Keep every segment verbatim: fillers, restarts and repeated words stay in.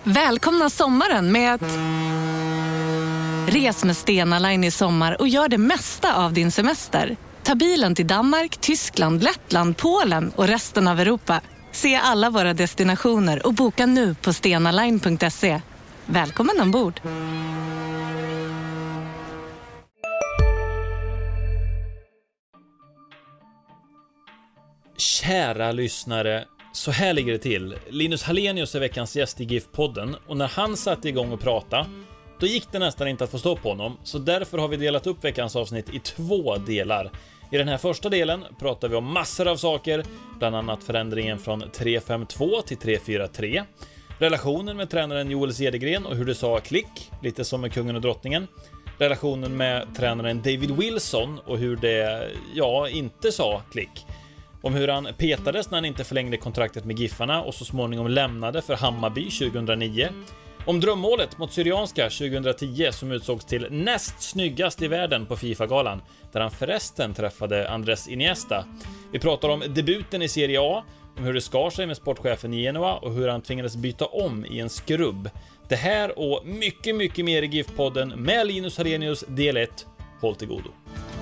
Välkomna sommaren med att res med Stena Line i sommar och gör det mesta av din semester. Ta bilen till Danmark, Tyskland, Lettland, Polen och resten av Europa. Se alla våra destinationer och boka nu på stenaline punkt se. Välkommen ombord! Kära lyssnare, så här ligger det till. Linus Hallenius är veckans gäst i GIF-podden och när han satte igång och prata, då gick det nästan inte att få stopp på honom. Så därför har vi delat upp veckans avsnitt i två delar. I den här första delen pratar vi om massor av saker, bland annat förändringen från tre fem två till tre fyra tre, relationen med tränaren Joel Cedergren och hur det sa klick, lite som med kungen och drottningen, relationen med tränaren David Wilson och hur det, ja, inte sa klick, om hur han petades när han inte förlängde kontraktet med Giffarna och så småningom lämnade för Hammarby tjugohundranio, om drömmålet mot Syrianska tjugohundratio som utsågs till näst snyggast i världen på FIFA-galan, där han förresten träffade Andres Iniesta. Vi pratar om debuten i Serie A, om hur det skar sig med sportchefen i Genoa och hur han tvingades byta om i en skrubb. Det här och mycket, mycket mer i GIF-podden med Linus Hallenius del ett. Håll till godo.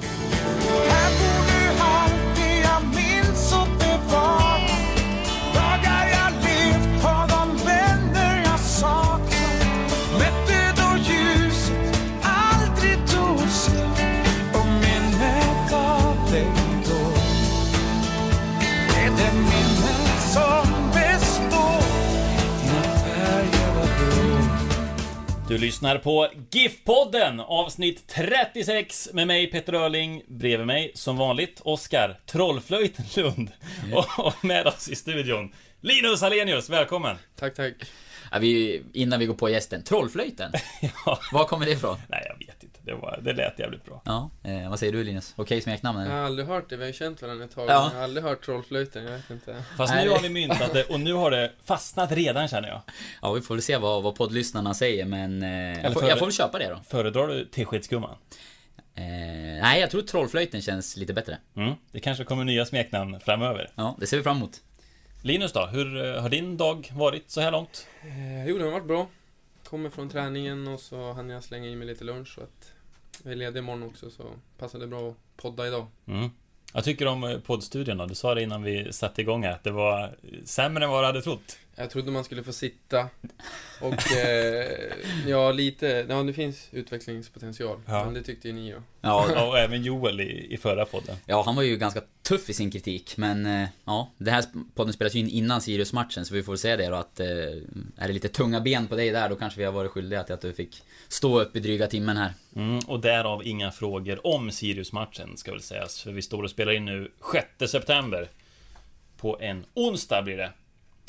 Du lyssnar på GIF-podden, avsnitt trettiosex med mig Peter Öhrling, bredvid mig som vanligt Oskar Trollflöjten Lund mm. och med oss i studion Linus Hallenius, välkommen. Tack, tack. Ja, vi, innan vi går på gästen, Trollflöjten. Ja. Var kommer det ifrån? Nej, jag vet inte. Det, var, det lät jävligt bra. Ja, eh, vad säger du Linus? Okej okay, smeknamn? Jag har aldrig hört det, vi har ju känt varandra ett tag. Ja. Jag har aldrig hört Trollflöjten, jag vet inte. Fast nu har vi myntat det och nu har det fastnat redan, känner jag. Ja, vi får väl se vad, vad poddlyssnarna säger, men eh, jag, får, före, jag får väl köpa det då. Föredrar du Teskedsgumman? Eh, nej, jag tror Trollflöjten känns lite bättre. Mm, det kanske kommer nya smeknamn framöver. Ja, det ser vi fram emot. Linus då, hur har din dag varit så här långt? Eh, jo, den har varit bra. Kommer från träningen och så hann jag slänga i mig lite lunch, så att jag är ledig imorgon också, så passade det bra att podda idag. Mm. Jag tycker om poddstudion då. Du sa det innan vi satte igång här, att det var sämre än vad du hade trott. Jag trodde man skulle få sitta och eh, ja, lite, ja, det finns utvecklingspotential, ja. Men det tyckte ju ni ju. Ja, och även Joel i, i förra podden. Ja, han var ju ganska tuff i sin kritik, men eh, ja, det här podden spelas ju in innan Sirius-matchen, så vi får säga det då, att eh, är det lite tunga ben på dig där, då kanske vi har varit skyldiga till att du fick stå upp i dryga timmen här. Mm, och därav inga frågor om Sirius-matchen, ska väl sägas, för vi står och spelar in nu sjätte september. På en onsdag blir det.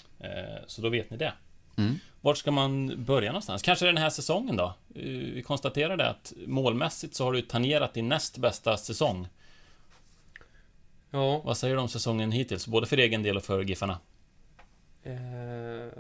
Så då vet ni det. Mm. Vart ska man börja någonstans? Kanske den här säsongen då? Vi konstaterade att målmässigt så har du tangerat din näst bästa säsong. Ja. Vad säger du om säsongen hittills? Både för egen del och för Giffarna. Eh,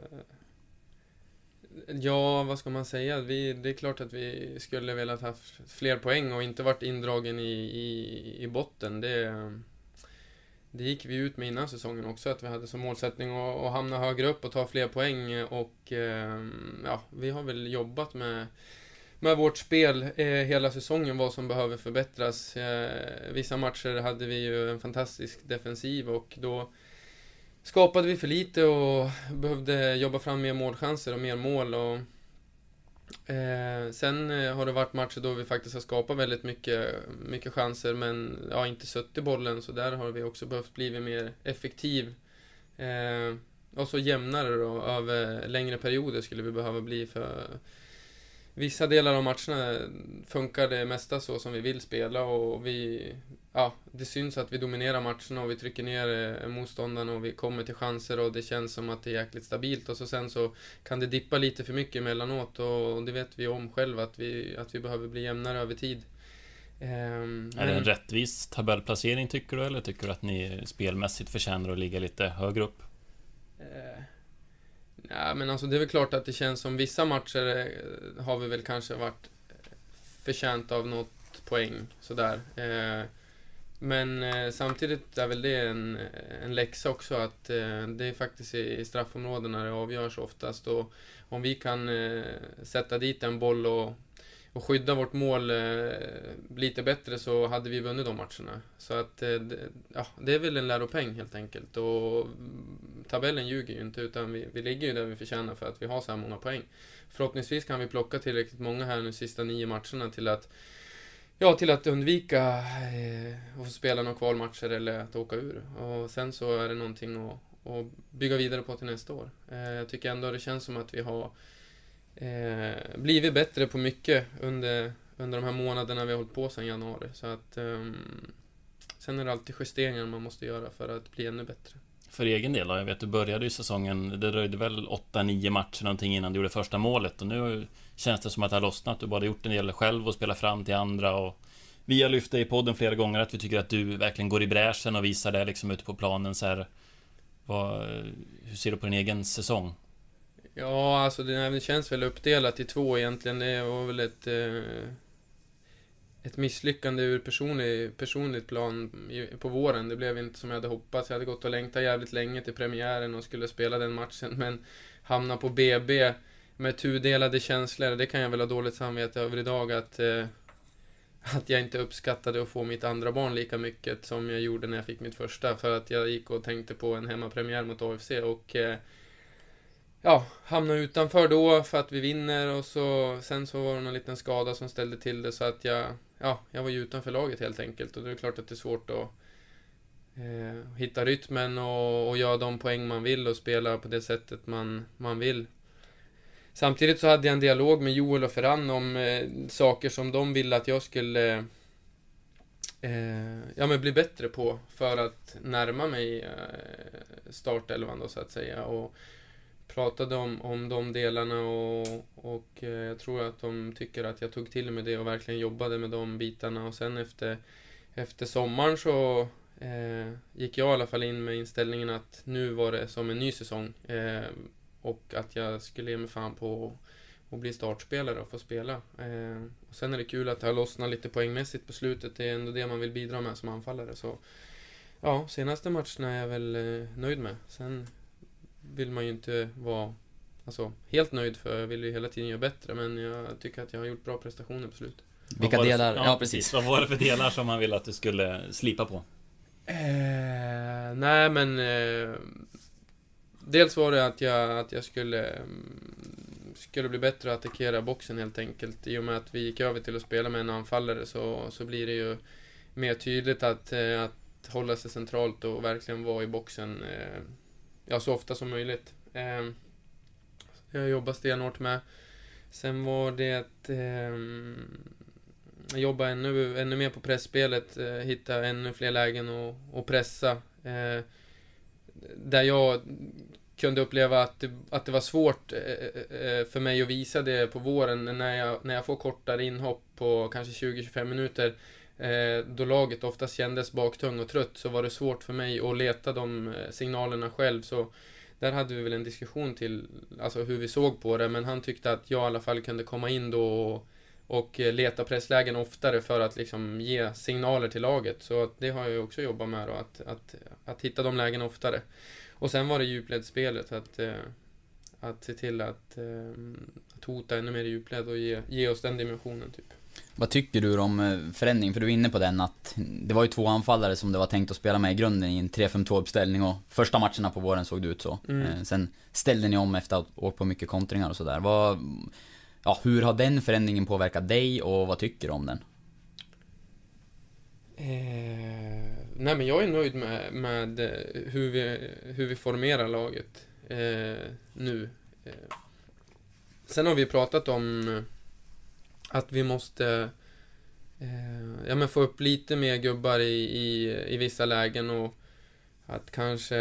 ja, vad ska man säga? Vi, det är klart att vi skulle velat ha fler poäng och inte varit indragen i, i, i botten. Det Det gick vi ut med innan säsongen också, att vi hade som målsättning att, att hamna högre upp och ta fler poäng, och eh, ja, vi har väl jobbat med, med vårt spel eh, hela säsongen, vad som behöver förbättras. Eh, vissa matcher hade vi ju en fantastisk defensiv och då skapade vi för lite och behövde jobba fram mer målchanser och mer mål, och Eh, sen eh, har det varit matcher då vi faktiskt har skapat väldigt mycket, mycket chanser, men ja, inte sött i bollen, så där har vi också behövt bli mer effektiv, eh, och så jämnare då, över längre perioder skulle vi behöva bli, för vissa delar av matcherna funkar det mesta så som vi vill spela, och vi, ja, det syns att vi dominerar matcherna och vi trycker ner motståndarna och vi kommer till chanser och det känns som att det är jäkligt stabilt, och så sen så kan det dippa lite för mycket emellanåt, och det vet vi om själva, att vi, att vi behöver bli jämnare över tid. Um, är det en rättvis tabellplacering tycker du, eller tycker du att ni spelmässigt förtjänar att ligga lite högre upp? Uh, Ja, men alltså det är väl klart att det känns som vissa matcher har vi väl kanske varit förtjänt av något poäng sådär. Eh, men eh, samtidigt är väl det en, en läxa också, att eh, det är faktiskt i straffområdena det avgörs oftast, och, om vi kan eh, sätta dit en boll och, och skydda vårt mål eh, lite bättre, så hade vi vunnit de matcherna. Så att eh, det, ja, det är väl en läropeng helt enkelt. Och tabellen ljuger ju inte, utan vi, vi ligger ju där vi förtjänar för att vi har så här många poäng. Förhoppningsvis kan vi plocka tillräckligt många här nu sista nio matcherna till att Ja, till att undvika eh, att spela några kvalmatcher eller att åka ur. Och sen så är det någonting att, att bygga vidare på till nästa år. Eh, jag tycker ändå det känns som att vi har eh, blivit bättre på mycket under, under de här månaderna vi har hållit på sedan januari. Så att eh, sen är det alltid justeringar man måste göra för att bli ännu bättre. För egen del då, jag vet du började ju säsongen, det dröjde väl åtta nio matcher någonting innan du gjorde första målet, och nu känns det som att det har lossnat. Du bara gjort en del själv och spelat fram till andra, och vi har lyft dig i podden flera gånger att vi tycker att du verkligen går i bräschen och visar det liksom ute på planen så här. Vad, hur ser du på din egen säsong? Ja, alltså det känns väl uppdelat i två egentligen. Det var väl ett eh, ett misslyckande ur personlig, personligt plan på våren. Det blev inte som jag hade hoppats. Jag hade gått och längtat jävligt länge till premiären och skulle spela den matchen, men hamna på B B med tudelade känslor. Det kan jag väl ha dåligt samvete över idag, att eh, att jag inte uppskattade att få mitt andra barn lika mycket som jag gjorde när jag fick mitt första, för att jag gick och tänkte på en hemmapremiär mot A F C och eh, ja, hamna utanför då för att vi vinner, och så sen så var det någon liten skada som ställde till det, så att jag ja, jag var ju utanför laget helt enkelt, och det är klart att det är svårt att eh, hitta rytmen och, och göra de poäng man vill och spela på det sättet man, man vill. Samtidigt så hade jag en dialog med Joel och Ferran om eh, saker som de ville att jag skulle eh, ja, men bli bättre på för att närma mig eh, startelvan då, så att säga, och pratade om, om de delarna, och, och eh, jag tror att de tycker att jag tog till mig det och verkligen jobbade med de bitarna. Och sen efter, efter sommaren så eh, gick jag i alla fall in med inställningen att nu var det som en ny säsong, eh, och att jag skulle ge mig fan på att bli startspelare och få spela. Eh, och sen är det kul att det har lossnat lite poängmässigt på slutet. Det är ändå det man vill bidra med som anfallare. Så ja, senaste matcherna är jag väl eh, nöjd med. Sen vill man ju inte vara alltså, helt nöjd, för jag vill ju hela tiden göra bättre, men jag tycker att jag har gjort bra prestationer på slutet. Vilka delar? För, ja, ja, precis. Vad var det för delar som man ville att du skulle slipa på? Eh, nej, men eh, dels var det att jag, att jag skulle skulle bli bättre att attackera boxen helt enkelt. I och med att vi gick över till att spela med en anfallare, så, så blir det ju mer tydligt att, att hålla sig centralt och verkligen vara i boxen eh, ja, så ofta som möjligt. Eh, jag jobbar stenhårt med. Sen var det att eh, jag jobbar ännu, ännu mer på pressspelet, eh, hitta ännu fler lägen och, och pressa. Eh, där jag kunde uppleva att det, att det var svårt eh, för mig att visa det på våren när jag, när jag får kortare inhopp på kanske tjugo till tjugofem minuter. Eh, då laget oftast kändes baktung och trött, så var det svårt för mig att leta de signalerna själv. Så där hade vi väl en diskussion till alltså hur vi såg på det, men han tyckte att jag i alla fall kunde komma in då och, och leta presslägen oftare för att liksom ge signaler till laget. Så det har jag också jobbat med då, att, att, att hitta de lägen oftare. Och sen var det djupledsspelet, att, att se till att, att hota ännu mer i djupled och ge, ge oss den dimensionen typ. Vad tycker du om förändring? För du är inne på den att det var ju två anfallare som det var tänkt att spela med i grunden i en tre fem två-uppställning, och första matcherna på våren såg det ut så. Mm. Sen ställde ni om efter att ha åkt på mycket kontringar och sådär. Vad, ja, hur har den förändringen påverkat dig och vad tycker du om den? Eh, nej men jag är nöjd med, med hur, vi, hur vi formerar laget eh, nu. Eh, sen har vi pratat om att vi måste eh, ja, men få upp lite mer gubbar i, i, i vissa lägen, och att kanske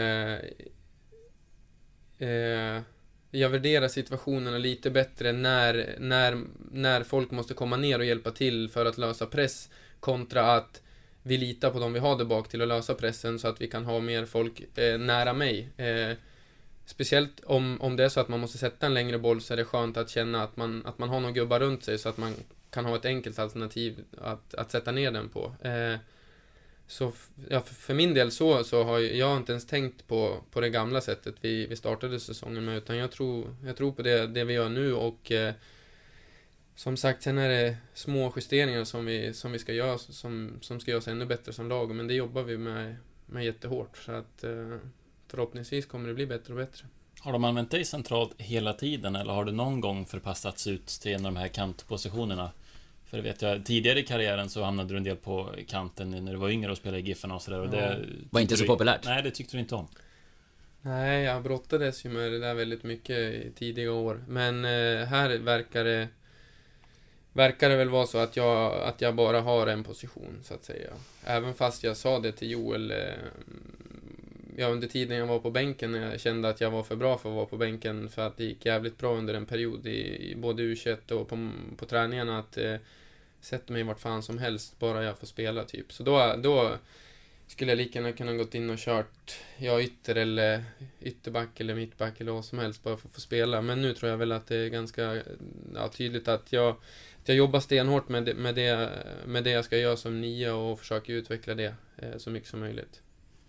eh, jag värderar situationerna lite bättre när, när, när folk måste komma ner och hjälpa till för att lösa press, kontra att vi litar på dem vi har där bak till att lösa pressen, så att vi kan ha mer folk eh, nära mig. Eh, speciellt om, om det är så att man måste sätta en längre boll, så är det skönt att känna att man, att man har någon gubbar runt sig, så att man kan ha ett enkelt alternativ att, att sätta ner den på. Eh, så ja, för min del så, så har jag, jag har inte ens tänkt på, på det gamla sättet vi, vi startade säsongen med, utan jag tror, jag tror på det, det vi gör nu och eh, som sagt, sen är det små justeringar som vi, som vi ska göra som, som ska göra oss ännu bättre som lag, men det jobbar vi med, med jättehårt, så att eh, förhoppningsvis kommer det bli bättre och bättre. Har de använt dig centralt hela tiden eller har du någon gång förpassats ut till en av de här kantpositionerna? För det vet jag, tidigare i karriären så hamnade du en del på kanten när du var yngre och spelade i Giffarna och sådär. Och det var inte så du, populärt. Nej, det tyckte du inte om. Nej, jag brottades ju med det där väldigt mycket i tidiga år. Men eh, här verkar det verkar det väl vara så att jag, att jag bara har en position, så att säga. Även fast jag sa det till Joel eh, ja, under tiden jag var på bänken, när jag kände att jag var för bra för att vara på bänken, för att det gick jävligt bra under en period i, i både U tjugoett och på, på träningarna, att eh, sätta mig vart fan som helst, bara jag får spela typ. Så då, då skulle jag lika gärna kunna gått in och kört ja, ytter eller ytterback eller mittback eller vad som helst, bara för att få spela. Men nu tror jag väl att det är ganska ja, tydligt att jag, att jag jobbar stenhårt med det, med, det, med det jag ska göra som nia och försöker utveckla det eh, så mycket som möjligt.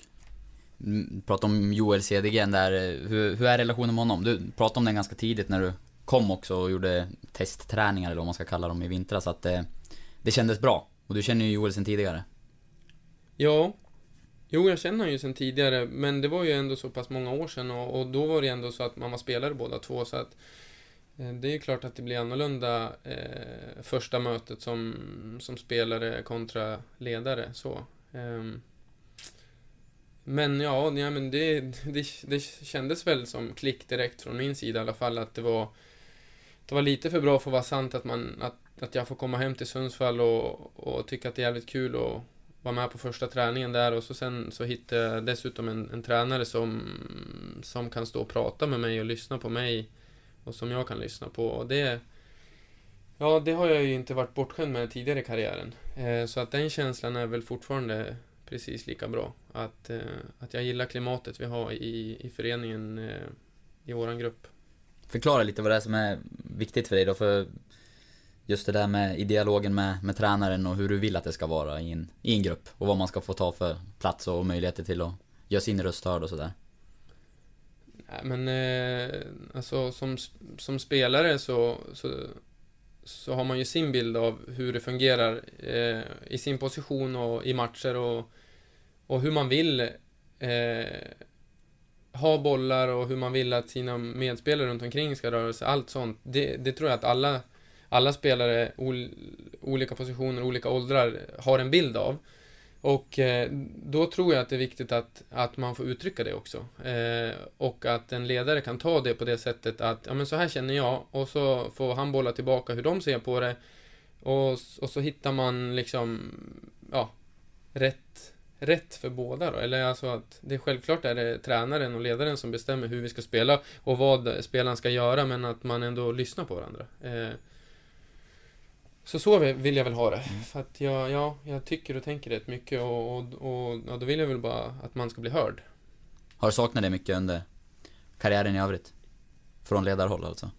Prata om Joel Cedergren där, hur, hur är relationen med honom? Du pratade om den ganska tidigt när du kom också och gjorde testträningar eller vad man ska kalla dem i vintras, så att det, det kändes bra. Och du känner ju Joel sen tidigare. Ja, jo jag känner ju sen tidigare, men det var ju ändå så pass många år sedan och, och då var det ändå så att man var spelare båda två, så att eh, det är ju klart att det blir annorlunda eh, första mötet som, som spelare kontra ledare så. Um, Men ja, ja men det, det, det kändes väl som klick direkt från min sida i alla fall, att det var det var lite för bra för att vara sant, att, man, att, att jag får komma hem till Sundsvall och, och tycka att det är jävligt kul att vara med på första träningen där, och så sen så hittade jag dessutom en, en tränare som, som kan stå och prata med mig och lyssna på mig och som jag kan lyssna på, och det ja, det har jag ju inte varit bortskämd med tidigare i karriären, eh, så att den känslan är väl fortfarande precis lika bra. Att, eh, att jag gillar klimatet vi har i, i föreningen eh, i våran grupp. Förklara lite vad det är som är viktigt för dig då, för just det där med i dialogen med, med tränaren och hur du vill att det ska vara i en, i en grupp och vad man ska få ta för plats och möjligheter till att göra sin röst hörd och sådär. Nej, men eh, alltså som, som spelare så, så så har man ju sin bild av hur det fungerar eh, i sin position och i matcher och, och hur man vill eh, ha bollar och hur man vill att sina medspelare runt omkring ska röra sig, allt sånt. Det, det tror jag att alla, alla spelare, ol, olika positioner, olika åldrar har en bild av. Och eh, då tror jag att det är viktigt att, att man får uttrycka det också. Eh, och att en ledare kan ta det på det sättet att ja, men så här känner jag, och så får han bolla tillbaka hur de ser på det. Och, och så hittar man liksom ja, rätt, rätt för båda då. Eller alltså att det är självklart är det tränaren och ledaren som bestämmer hur vi ska spela och vad spelaren ska göra, men att man ändå lyssnar på varandra. Eh, Så så vill jag väl ha det. Mm. För att jag, ja, jag tycker och tänker rätt mycket och, och, och ja, då vill jag väl bara att man ska bli hörd. Har du saknat det mycket under karriären i övrigt? Från ledarhåll alltså?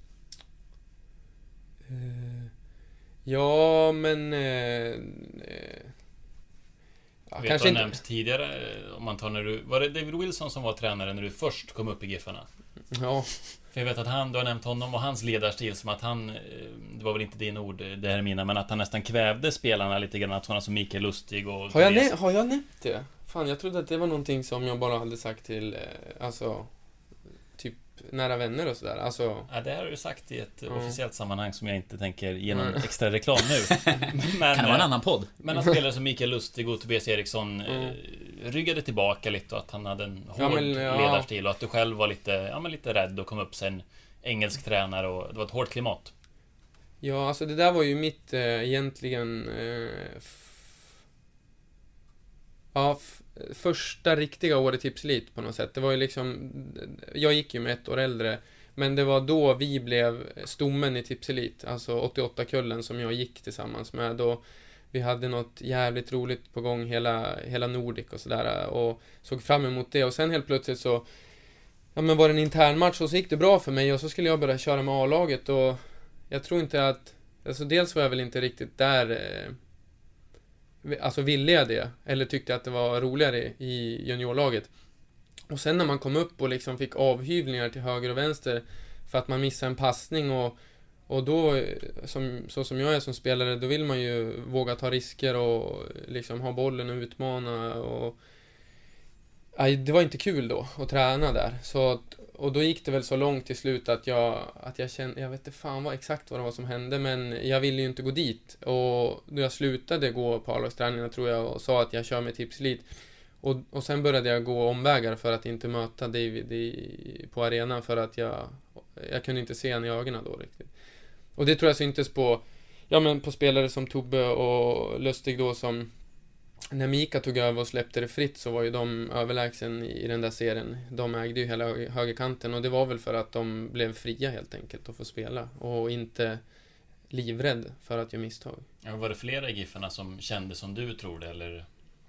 Uh, ja, men... Uh, uh, ja, kanske inte nämnt tidigare, om man tar när du... Var det David Wilson som var tränare när du först kom upp i Giffarna? Ja. För jag vet att han, du har nämnt honom och hans ledarstil som att han, det var väl inte din ord, det här är mina, men att han nästan kvävde spelarna lite grann, att sådana som Mikael Lustig och... Har jag, nä- har jag nämnt det? Fan, jag trodde att det var någonting som jag bara hade sagt till, eh, alltså, typ nära vänner och sådär, alltså... Ja, det har du sagt i ett mm. officiellt sammanhang som jag inte tänker ge någon mm. extra reklam nu. Men, kan det vara en annan podd? Men att spelare som Mikael Lustig och Tobias Eriksson mm. eh, ryggade tillbaka lite och att han hade en hård ja, men, ja. ledarstil och att du själv var lite, ja, men lite rädd och kom upp sen engelsk tränare och det var ett hårt klimat. Ja, alltså det där var ju mitt äh, egentligen äh, f- ja, f- första riktiga år i Tipselit på något sätt. Det var ju liksom, jag gick ju med ett år äldre, men det var då vi blev stommen i Tipselit, alltså åttioåtta-kullen som jag gick tillsammans med. Då vi hade något jävligt roligt på gång hela, hela Nordic och sådär och såg fram emot det, och sen helt plötsligt så ja, men var det en intern match och så gick det bra för mig och så skulle jag börja köra med A-laget, och jag tror inte att, alltså dels var jag väl inte riktigt där eh, alltså ville jag det, eller tyckte att det var roligare i juniorlaget. Och sen när man kom upp och liksom fick avhyvlingar till höger och vänster för att man missade en passning och, och då, som, så som jag är som spelare, då vill man ju våga ta risker och liksom ha bollen och utmana och aj, det var inte kul då att träna där. Så, och då gick det väl så långt till slut att jag, att jag kände, jag vet inte fan vad exakt vad det var som hände, men jag ville ju inte gå dit. Och då jag slutade gå på A-lagsträningarna tror jag och sa att jag kör med Tipselit. Och, och sen började jag gå omvägar för att inte möta David i, på arenan för att jag, jag kunde inte se han i ögonen då riktigt. Och det tror jag syntes på, ja men på spelare som Tobbe och Lustig då som, när Mika tog över och släppte det fritt så var ju de överlägsen i den där serien. De ägde ju hela högerkanten och det var väl för att de blev fria helt enkelt att få spela och inte livrädd för att göra misstag. Ja, var det flera i Giffarna som kände som du tror det eller?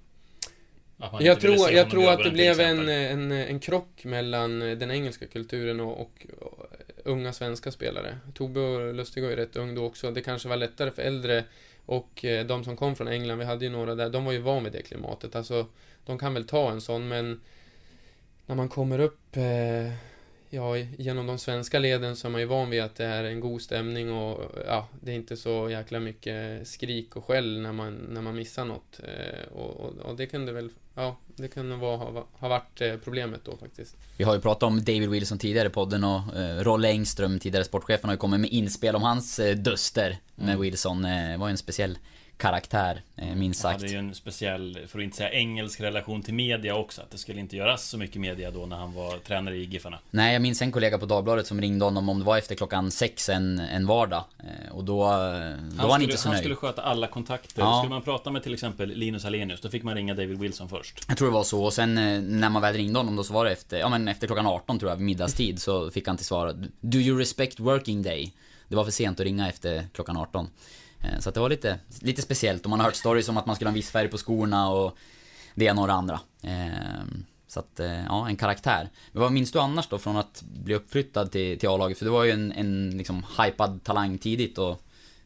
Att jag tror, jag tror att det blev en, en, en krock mellan den engelska kulturen och, och, och unga svenska spelare. Tobbe och Lustig var ju rätt ung då också. Det kanske var lättare för äldre och de som kom från England, vi hade ju några där, de var ju van vid det klimatet. Alltså, de kan väl ta en sån, men när man kommer upp eh, ja, genom de svenska leden så är man ju van vid att det är en god stämning och ja, det är inte så jäkla mycket skrik och skäll när man, när man missar något. Eh, och, och, och det kunde väl, ja, det kunde vara, ha, ha varit eh, problemet då faktiskt. Vi har ju pratat om David Wilson tidigare i podden och eh, Rolle Engström, tidigare sportchefen, har ju kommit med inspel om hans eh, duster med mm. Wilson. Eh, var ju en speciell karaktär, eh, minst sagt. Han hade ju en speciell, för att inte säga engelsk relation till media också. Att det skulle inte göras så mycket media då när han var tränare i Giffarna. Nej, jag minns en kollega på Dagbladet som ringde honom om det var efter klockan sex en, en vardag. Eh, och då, då han var han skulle, inte så han nöjd. Han skulle sköta alla kontakter. Ja. Skulle man prata med till exempel Linus Hallenius, då fick man ringa David Wilson först. Jag tror det var så. Och sen eh, när man väl ringde honom då så var det efter, ja, men efter klockan arton tror jag, vid middagstid, så fick han till svar: Do you respect working day? Det var för sent att ringa efter klockan arton. Så att det var lite, lite speciellt. Och man har hört stories om att man skulle ha en viss färg på skorna och det ena och det andra. Så att, ja, en karaktär. Men vad minns du annars då från att bli uppflyttad till, till A-laget? För det var ju en, en liksom hypad talang tidigt och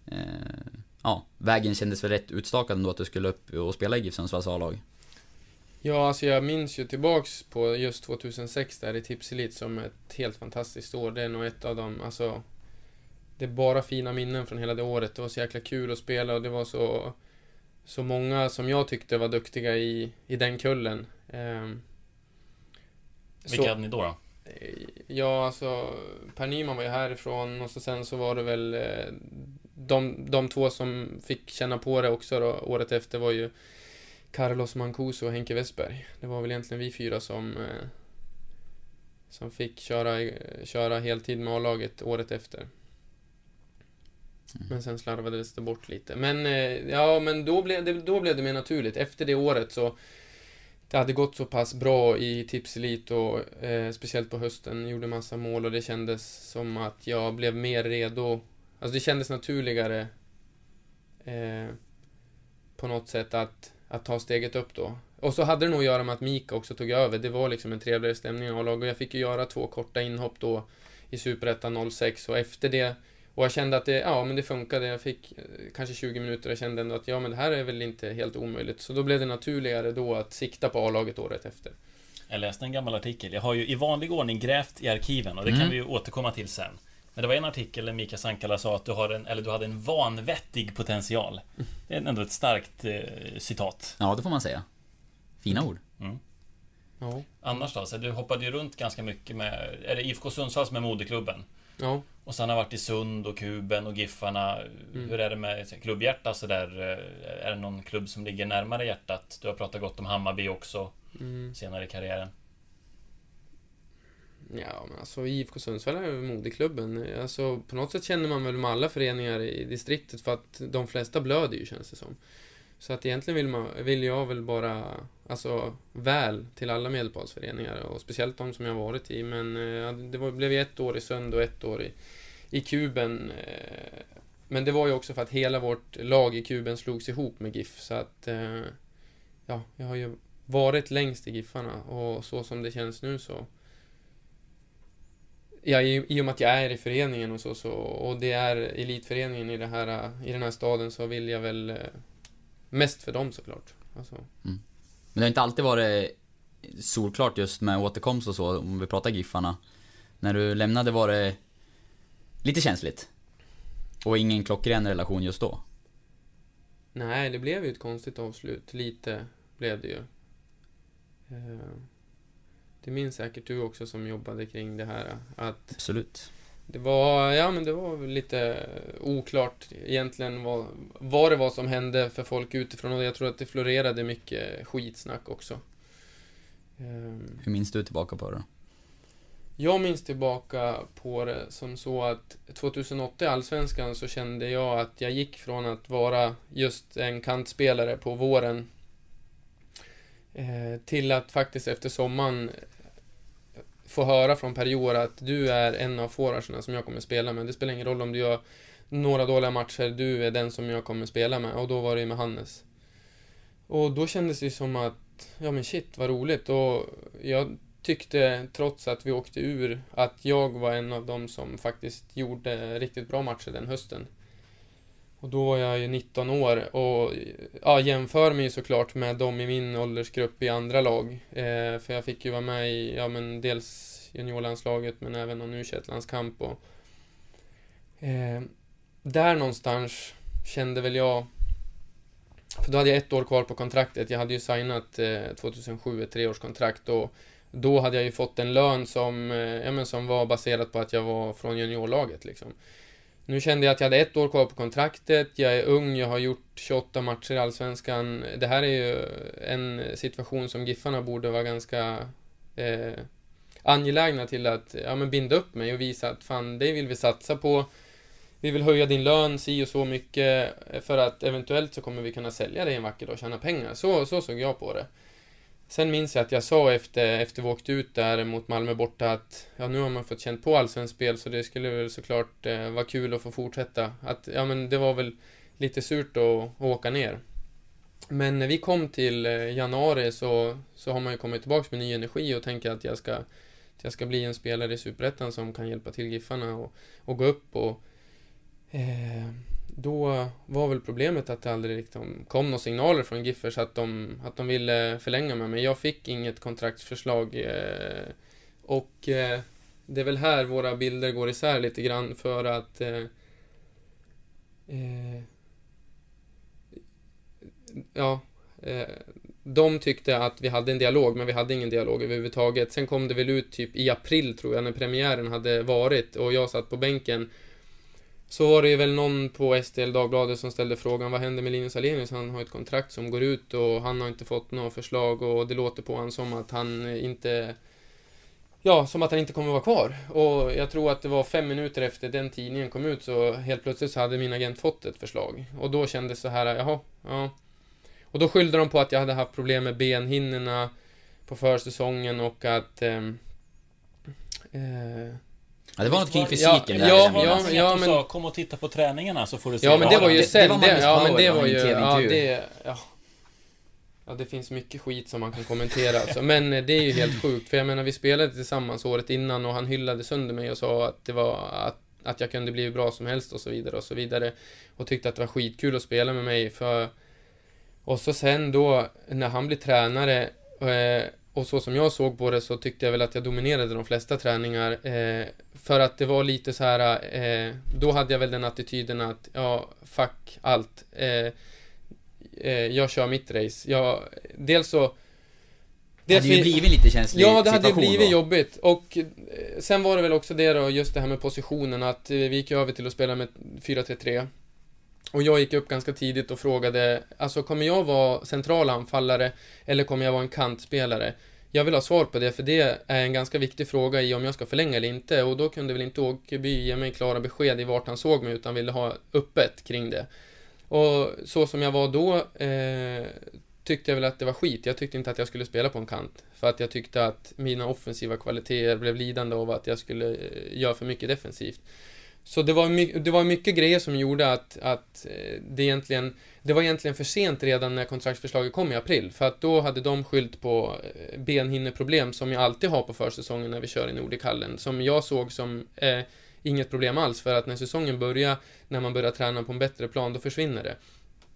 ja, vägen kändes väl rätt utstakad ändå att du skulle upp och spela i GIF Sundsvalls A-lag. Ja, alltså jag minns ju tillbaks på just tjugohundrasex där i Tipselit som ett helt fantastiskt år. Det är nog ett av dem, alltså det är bara fina minnen från hela det året. Det var så jäkla kul att spela och det var så, så många som jag tyckte var duktiga i, i den kullen. Um, Vilka hade ni då då? Ja, alltså Per Nyman var ju härifrån och så sen så var det väl de, de två som fick känna på det också då, året efter var ju Carlos Mancuso och Henke Westberg. Det var väl egentligen vi fyra som som fick köra, köra heltid med A-laget året efter. Men sen slarvades det bort lite. Men ja, men då blev det, då blev det mer naturligt. Efter det året så det hade gått så pass bra i Tipselit och eh, speciellt på hösten gjorde massa mål och det kändes som att jag blev mer redo. Alltså det kändes naturligare eh, på något sätt att, att ta steget upp då. Och så hade det nog att göra med att Mika också tog över. Det var liksom en trevligare stämning i A-lag och jag fick ju göra två korta inhopp då i Superettan noll sex och efter det. Och jag kände att det, ja, men det funkade. Jag fick eh, kanske tjugo minuter och jag kände ändå att ja, men det här är väl inte helt omöjligt. Så då blev det naturligare då att sikta på A-laget året efter. Jag läste en gammal artikel. Jag har ju i vanlig ordning grävt i arkiven och det mm. kan vi ju återkomma till sen. Men det var en artikel där Mika Sankala sa att du, har en, eller du hade en vanvettig potential. Det är ändå ett starkt eh, citat. Ja, det får man säga. Fina ord. Mm. Ja. Annars då? Så du hoppade ju runt ganska mycket med... Är det I F K Sundsvall som är moderklubben? Ja. Och sen har varit i Sund och Kuben och Giffarna. Mm. Hur är det med klubbhjärta så där? Är det någon klubb som ligger närmare hjärtat? Du har pratat gott om Hammarby också mm. senare i karriären. Ja, men alltså I F K Sundsvall är moderklubben. Alltså på något sätt känner man väl med alla föreningar i distriktet för att de flesta blöder ju, känns det som. Så att egentligen vill, man, vill jag väl bara alltså väl till alla medelpadsföreningar och speciellt de som jag varit i. Men ja, det var, blev ju ett år i Sund och ett år i, i Kuben. Men det var ju också för att hela vårt lag i Kuben slogs ihop med GIF. Så att ja, jag har ju varit längst i Giffarna och så som det känns nu så ja, i, i och med att jag är i föreningen och så, så och det är elitföreningen i, det här, i den här staden så vill jag väl mest för dem såklart. Alltså. Mm. Men det har inte alltid varit solklart just med återkomst och så, om vi pratar Giffarna. När du lämnade var det lite känsligt. Och ingen klockren relation just då. Nej, det blev ju ett konstigt avslut. Lite blev det ju. Det minns säkert du också som jobbade kring det här. Att Absolut. Det var, ja, men det var lite oklart egentligen vad, vad det var som hände för folk utifrån. Och jag tror att det florerade mycket skitsnack också. Hur minns du tillbaka på det? Jag minns tillbaka på det som så att tjugohundraåtta i Allsvenskan så kände jag att jag gick från att vara just en kantspelare på våren eh, till att faktiskt efter sommaren få höra från Per att du är en av forwardsarna som jag kommer spela med. Det spelar ingen roll om du gör några dåliga matcher, du är den som jag kommer spela med. Och då var det med Hannes. Och då kändes det som att, ja men shit, vad roligt. Och jag tyckte, trots att vi åkte ur, att jag var en av dem som faktiskt gjorde riktigt bra matcher den hösten. Och då var jag ju nitton år och ja, jämför mig såklart med dem i min åldersgrupp i andra lag. Eh, för jag fick ju vara med i, ja men dels juniorlandslaget men även någon U tjugoett-landskamp. Och, eh, där någonstans kände väl jag, för då hade jag ett år kvar på kontraktet. Jag hade ju signat eh, tjugohundrasju ett treårskontrakt och då hade jag ju fått en lön som, eh, ja, men som var baserat på att jag var från juniorlaget liksom. Nu kände jag att jag hade ett år kvar på kontraktet, jag är ung, jag har gjort tjugoåtta matcher i Allsvenskan. Det här är ju en situation som Giffarna borde vara ganska eh, angelägna till att ja, men binda upp mig och visa att fan, det vill vi satsa på. Vi vill höja din lön, si och så mycket, för att eventuellt så kommer vi kunna sälja dig en vacker dag och tjäna pengar. Så, så såg jag på det. Sen minns jag att jag sa efter, efter vi åkte ut där mot Malmö borta att ja, nu har man fått känt på allsvensk spel så det skulle väl såklart eh, vara kul att få fortsätta. Att, ja, men det var väl lite surt att, att åka ner. Men när vi kom till eh, januari så, så har man ju kommit tillbaka med ny energi och tänker att jag ska, att jag ska bli en spelare i Superettan som kan hjälpa till Giffarna och, och gå upp. Och eh, då var väl problemet att det aldrig liksom kom några signaler från Giffers att de, att de ville förlänga mig. Men jag fick inget kontraktsförslag. Eh, och eh, det är väl här våra bilder går isär lite grann för att eh, eh, ja, eh, de tyckte att vi hade en dialog, men vi hade ingen dialog överhuvudtaget. Sen kom det väl ut typ i april tror jag när premiären hade varit och jag satt på bänken. Så var det ju väl någon på S T L Dagbladet som ställde frågan vad händer med Linus Alenius? Han har ett kontrakt som går ut och han har inte fått några förslag och det låter på honom som att han inte ja, som att han inte kommer vara kvar. Och jag tror att det var fem minuter efter den tidningen kom ut så helt plötsligt så hade min agent fått ett förslag. Och då kändes så här, jaha, ja. Och då skyllde de på att jag hade haft problem med benhinnorna på försäsongen och att eh, eh, ja, det var något kring fysiken ja, där. Ja, ja, ja, ja, men sa, kom och titta på träningarna så får du se. Ja, men det var ju det, sen det var det, ja, men det Power, var ju ja, ja, det ja. Ja, det finns mycket skit som man kan kommentera alltså. Men det är ju helt sjukt för jag menar vi spelade tillsammans året innan och han hyllade sönder mig och sa att det var att att jag kunde bli bra som helst och så vidare och så vidare och tyckte att det var skitkul att spela med mig för och så sen då när han blev tränare eh, och så som jag såg på det så tyckte jag väl att jag dominerade de flesta träningar eh, för att det var lite så här eh, då hade jag väl den attityden att ja, fuck allt eh, eh, jag kör mitt race jag, dels så det hade ju blivit lite känslig ja, det hade ju blivit då. jobbigt och eh, sen var det väl också det då, just det här med positionen att eh, vi gick över till att spela med fyra tre tre. Och jag gick upp ganska tidigt och frågade, alltså kommer jag vara central anfallare eller kommer jag vara en kantspelare? Jag vill ha svar på det, för det är en ganska viktig fråga i om jag ska förlänga eller inte. Och då kunde väl inte Åkerby ge mig klara besked i vart han såg mig, utan ville ha öppet kring det. Och så som jag var då eh, tyckte jag väl att det var skit. Jag tyckte inte att jag skulle spela på en kant. För att jag tyckte att mina offensiva kvaliteter blev lidande av att jag skulle eh, göra för mycket defensivt. Så det var, my- det var mycket grejer som gjorde att, att det, egentligen, det var egentligen för sent redan när kontraktsförslaget kom i april. För att då hade de skyllt på benhinneproblem som jag alltid har på försäsongen när vi kör i Nordichallen. Som jag såg som eh, inget problem alls. För att när säsongen börjar, när man börjar träna på en bättre plan, då försvinner det.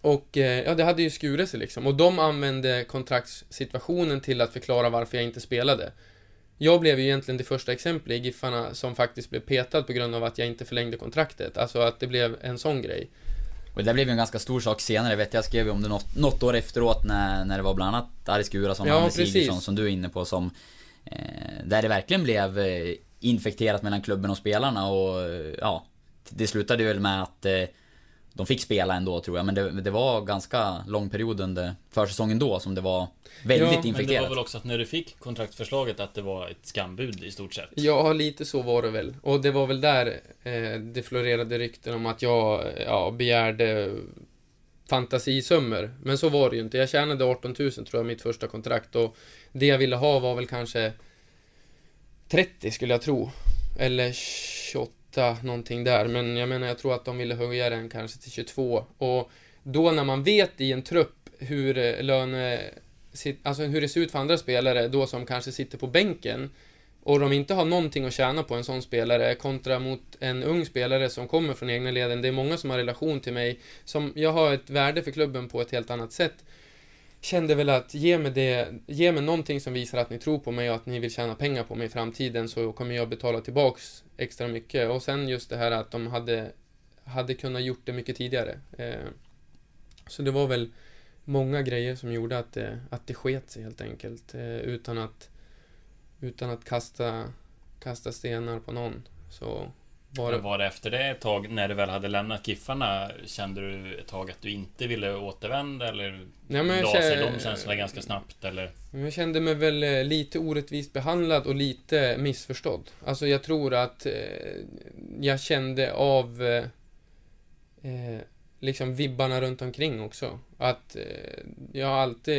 Och eh, ja, det hade ju skurit sig liksom. Och de använde kontraktssituationen till att förklara varför jag inte spelade. Jag blev ju egentligen det första exemplet i Giffarna som faktiskt blev petad på grund av att jag inte förlängde kontraktet. Alltså att det blev en sån grej. Och det blev ju en ganska stor sak senare, vet jag, jag skrev ju om det något, något år efteråt när, när det var bland annat Aris Gurason och Ja, Anders precis. Sigurdsson som du är inne på, som eh, där det verkligen blev eh, infekterat mellan klubben och spelarna. Och eh, ja, det slutade ju väl med att eh, de fick spela ändå, tror jag. Men det, det var ganska lång period under försäsongen då som det var väldigt Ja, infekterat. Men det var väl också att när du fick kontraktförslaget att det var ett skambud i stort sett. Ja, lite så var det väl. Och det var väl där eh, det florerade rykten om att jag ja, begärde fantasisummor. Men så var det ju inte. Jag tjänade arton tusen tror jag mitt första kontrakt. Och det jag ville ha var väl kanske trettio skulle jag tro. Eller tjugoåtta, någonting där. Men jag menar, jag tror att de ville höja den kanske till tjugotvå. Och då när man vet i en trupp hur löne... Alltså hur det ser ut för andra spelare då som kanske sitter på bänken och de inte har någonting att tjäna på en sån spelare kontra mot en ung spelare som kommer från egna leden. Det är många som har relation till mig som jag har ett värde för klubben på ett helt annat sätt. Kände väl att ge mig det, ge mig någonting som visar att ni tror på mig och att ni vill tjäna pengar på mig i framtiden, så kommer jag betala tillbaks extra mycket. Och sen just det här att de hade, hade kunnat gjort det mycket tidigare. Eh, så det var väl många grejer som gjorde att det, att det sket sig helt enkelt. Eh, utan att, utan att kasta, kasta stenar på någon. Så var det... var det efter det ett tag, när du väl hade lämnat Giffarna, kände du ett tag att du inte ville återvända? Eller Nej, men la jag sig kände, de känslorna ganska snabbt? Eller? Jag kände mig väl lite orättvist behandlad och lite missförstådd. Alltså jag tror att eh, jag kände av... Eh, eh, liksom vibbarna runt omkring också. Att eh, jag har alltid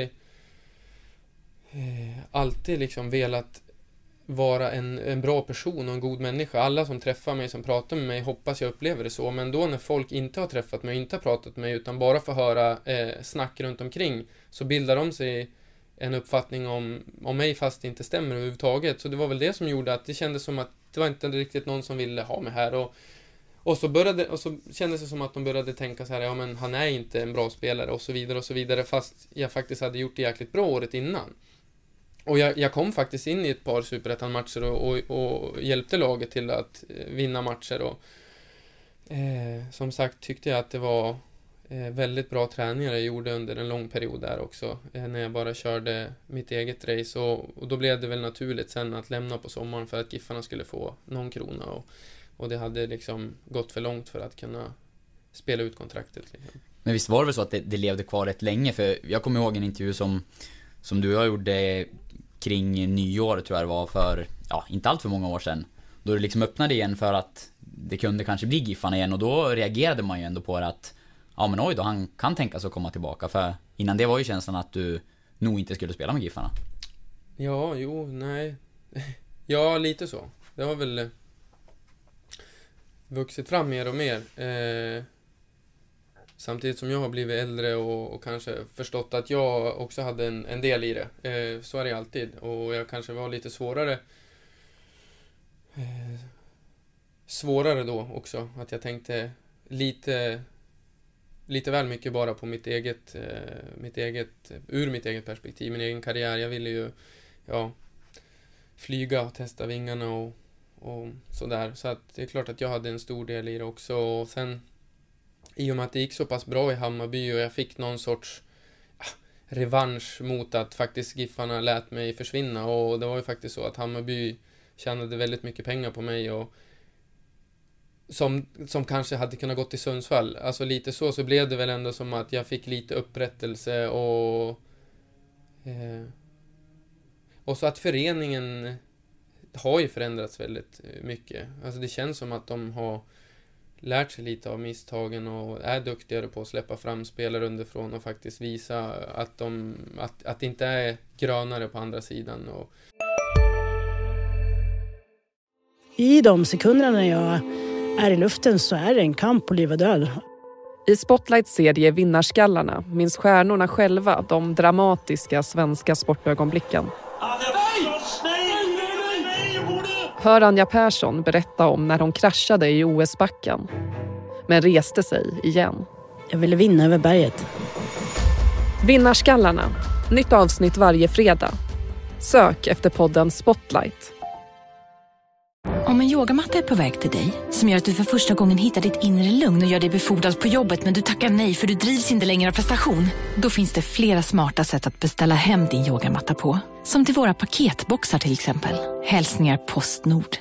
eh, alltid liksom velat vara en, en bra person och en god människa. Alla som träffar mig, som pratar med mig, hoppas jag upplever det så. Men då när folk inte har träffat mig, inte har pratat med mig, utan bara får höra eh, snack runt omkring, så bildar de sig en uppfattning om, om mig fast det inte stämmer överhuvudtaget. Så det var väl det som gjorde att det kändes som att det var inte riktigt någon som ville ha mig här. Och Och så, började, och så kändes det som att de började tänka så här, ja men han är inte en bra spelare och så vidare och så vidare, fast jag faktiskt hade gjort det jäkligt bra året innan. Och jag, jag kom faktiskt in i ett par superettan-matcher och, och, och hjälpte laget till att vinna matcher. Och eh, som sagt tyckte jag att det var eh, väldigt bra träningar jag gjorde under en lång period där också. Eh, när jag bara körde mitt eget race. Och, och då blev det väl naturligt sen att lämna på sommaren för att Giffarna skulle få någon krona. Och, och det hade liksom gått för långt för att kunna spela ut kontraktet. Liksom. Men visst var det väl så att det, det levde kvar rätt länge? För jag kommer ihåg en intervju som, som du och jag gjorde kring nyår, tror jag det var, för ja, inte allt för många år sedan. Då det liksom öppnade igen för att det kunde kanske bli Giffarna igen. Och då reagerade man ju ändå på det att ja men oj då, han kan tänka sig att komma tillbaka. För innan det var ju känslan att du nog inte skulle spela med Giffarna. Ja, jo, nej. Ja, lite så. Det har väl vuxit fram mer och mer. Eh, samtidigt som jag har blivit äldre och, och kanske förstått att jag också hade en, en del i det. Eh, så är det alltid. Och jag kanske var lite svårare. Eh, svårare då också. Att jag tänkte lite, lite väl mycket bara på mitt eget, eh, mitt eget, ur mitt eget perspektiv, min egen karriär. Jag ville ju, ja, flyga och testa vingarna och och sådär. Så att det är klart att jag hade en stor del i det också. Och sen, i och med att det gick så pass bra i Hammarby och jag fick någon sorts ah, revansch mot att faktiskt Giffarna lät mig försvinna. Och det var ju faktiskt så att Hammarby tjänade väldigt mycket pengar på mig och som, som kanske hade kunnat gå till Sundsvall. Alltså lite så, så blev det väl ändå som att jag fick lite upprättelse och eh, och så att föreningen har ju förändrats väldigt mycket. Alltså det känns som att de har lärt sig lite av misstagen och är duktigare på att släppa fram spelare underifrån och faktiskt visa att de att, att det inte är grönare på andra sidan. Och... I de sekunderna när jag är i luften så är det en kamp på liv och död. I Spotlights serie Vinnarskallarna minns stjärnorna själva de dramatiska svenska sportögonblicken. Hör Anja Persson berätta om när hon kraschade i O S-backen, men reste sig igen. Jag ville vinna över berget. Vinnarskallarna. Nytt avsnitt varje fredag. Sök efter podden Spotlight. Om en yogamatta är på väg till dig, som gör att du för första gången hittar ditt inre lugn och gör dig befordrad på jobbet, men du tackar nej för du drivs inte längre av prestation. Då finns det flera smarta sätt att beställa hem din yogamatta på. Som till våra paketboxar till exempel. Hälsningar Postnord.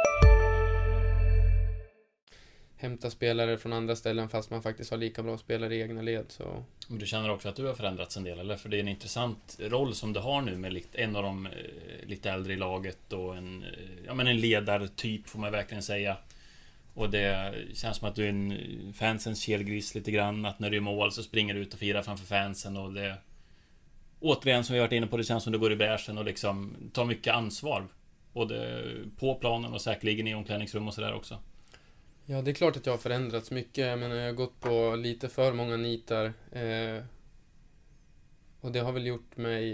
Hämta spelare från andra ställen fast man faktiskt har lika bra spelare i egna led. Så. Du känner också att du har förändrats en del, eller? För det är en intressant roll som du har nu med en av de lite äldre i laget och en, ja, men en ledartyp får man verkligen säga. Och det känns som att du är en fansens kelgris lite grann, att när du är i mål så springer du ut och firar framför fansen, och det återigen som vi har varit inne på, det känns som du går i bräschen och liksom tar mycket ansvar både på planen och säkerligen i omklädningsrum och sådär också. Ja, det är klart att jag har förändrats mycket, men jag har gått på lite för många nitar. Eh, och det har väl gjort mig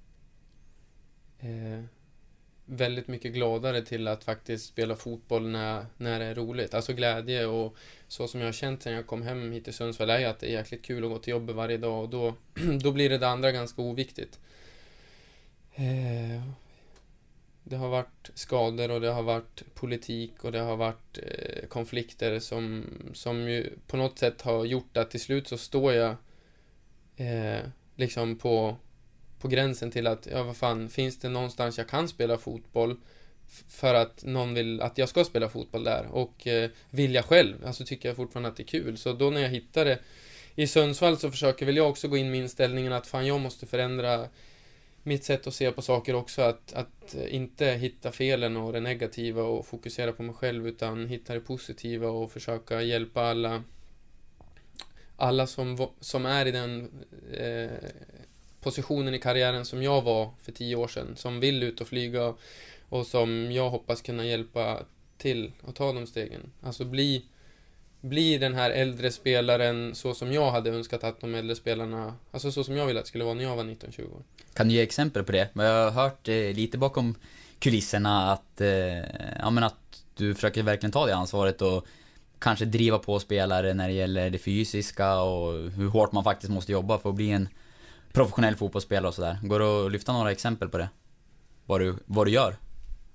eh, väldigt mycket gladare till att faktiskt spela fotboll när, när det är roligt. Alltså glädje, och så som jag har känt sen jag kom hem hit till Sundsvall är att det är jäkligt kul att gå till jobbet varje dag, och då, då blir det det andra ganska oviktigt. Eh, Det har varit skador och det har varit politik och det har varit eh, konflikter som, som ju på något sätt har gjort att till slut så står jag eh, liksom på, på gränsen till att, ja vad fan, finns det någonstans jag kan spela fotboll f- för att någon vill att jag ska spela fotboll där, och eh, vill jag själv, alltså tycker jag fortfarande att det är kul. Så då när jag hittar det i Sundsvall så försöker väl jag också gå in med inställningen att fan, jag måste förändra mitt sätt att se på saker också, att, att inte hitta felen och det negativa och fokusera på mig själv, utan hitta det positiva och försöka hjälpa alla alla som, som är i den eh, positionen i karriären som jag var för tio år sedan, som vill ut och flyga och som jag hoppas kunna hjälpa till att ta de stegen. Alltså bli bli den här äldre spelaren så som jag hade önskat att de äldre spelarna, alltså så som jag ville att det skulle vara när jag var nitton tjugo år. Kan du ge exempel på det? Jag har hört eh, lite bakom kulisserna att, eh, ja, men att du försöker verkligen ta det ansvaret och kanske driva på spelare när det gäller det fysiska och hur hårt man faktiskt måste jobba för att bli en professionell fotbollsspelare och sådär. Går det att lyfta några exempel på det? Vad du, vad du gör?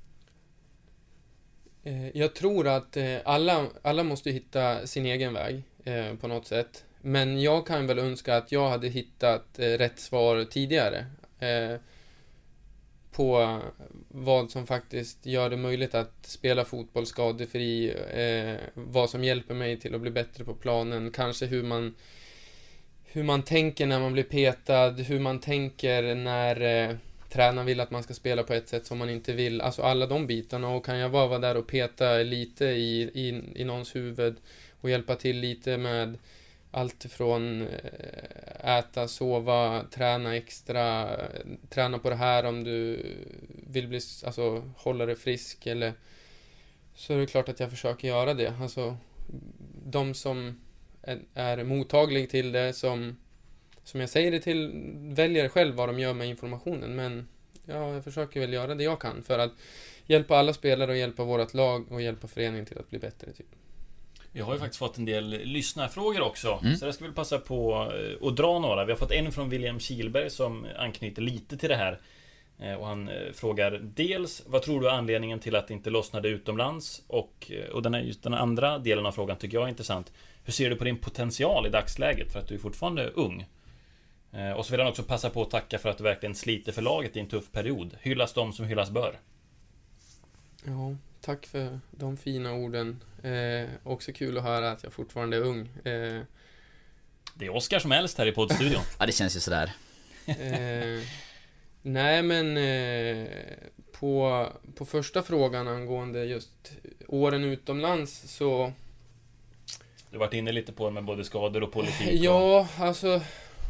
Jag tror att alla, alla måste hitta sin egen väg eh, på något sätt. Men jag kan väl önska att jag hade hittat eh, rätt svar tidigare. Eh, på vad som faktiskt gör det möjligt att spela fotboll skadefri. Eh, vad som hjälper mig till att bli bättre på planen. Kanske hur man, hur man tänker när man blir petad. Hur man tänker när Eh, tränaren vill att man ska spela på ett sätt som man inte vill. Alltså alla de bitarna. Och kan jag bara vara där och peta lite i, i, i någons huvud och hjälpa till lite med allt från äta, sova, träna extra, träna på det här om du vill bli, alltså hålla dig frisk, eller så är det klart att jag försöker göra det. Alltså de som är, är mottagliga till det, som Som jag säger det till, väljer själv vad de gör med informationen. Men ja, jag försöker väl göra det jag kan för att hjälpa alla spelare och hjälpa vårt lag och hjälpa föreningen till att bli bättre. Typ. Vi har ju faktiskt fått en del lyssnarfrågor också. Mm. Så jag ska väl passa på att dra några. Vi har fått en från William Kihlberg som anknyter lite till det här. Och han frågar dels, vad tror du är anledningen till att det inte lossnade utomlands? Och, och den, här, just den andra delen av frågan tycker jag är intressant. Hur ser du på din potential i dagsläget? För att du är fortfarande ung. Och så vill han också passa på att tacka för att du verkligen sliter för laget i en tuff period. Hyllas de som hyllas bör. Ja, tack för de fina orden. Eh, också kul att höra att jag fortfarande är ung. Eh, det är Oskar som helst här i poddstudion. Ja, det känns ju sådär. eh, nej, men eh, på, på första frågan angående just åren utomlands så... Du har varit inne lite på det med både skador och politik. Och... Ja, alltså...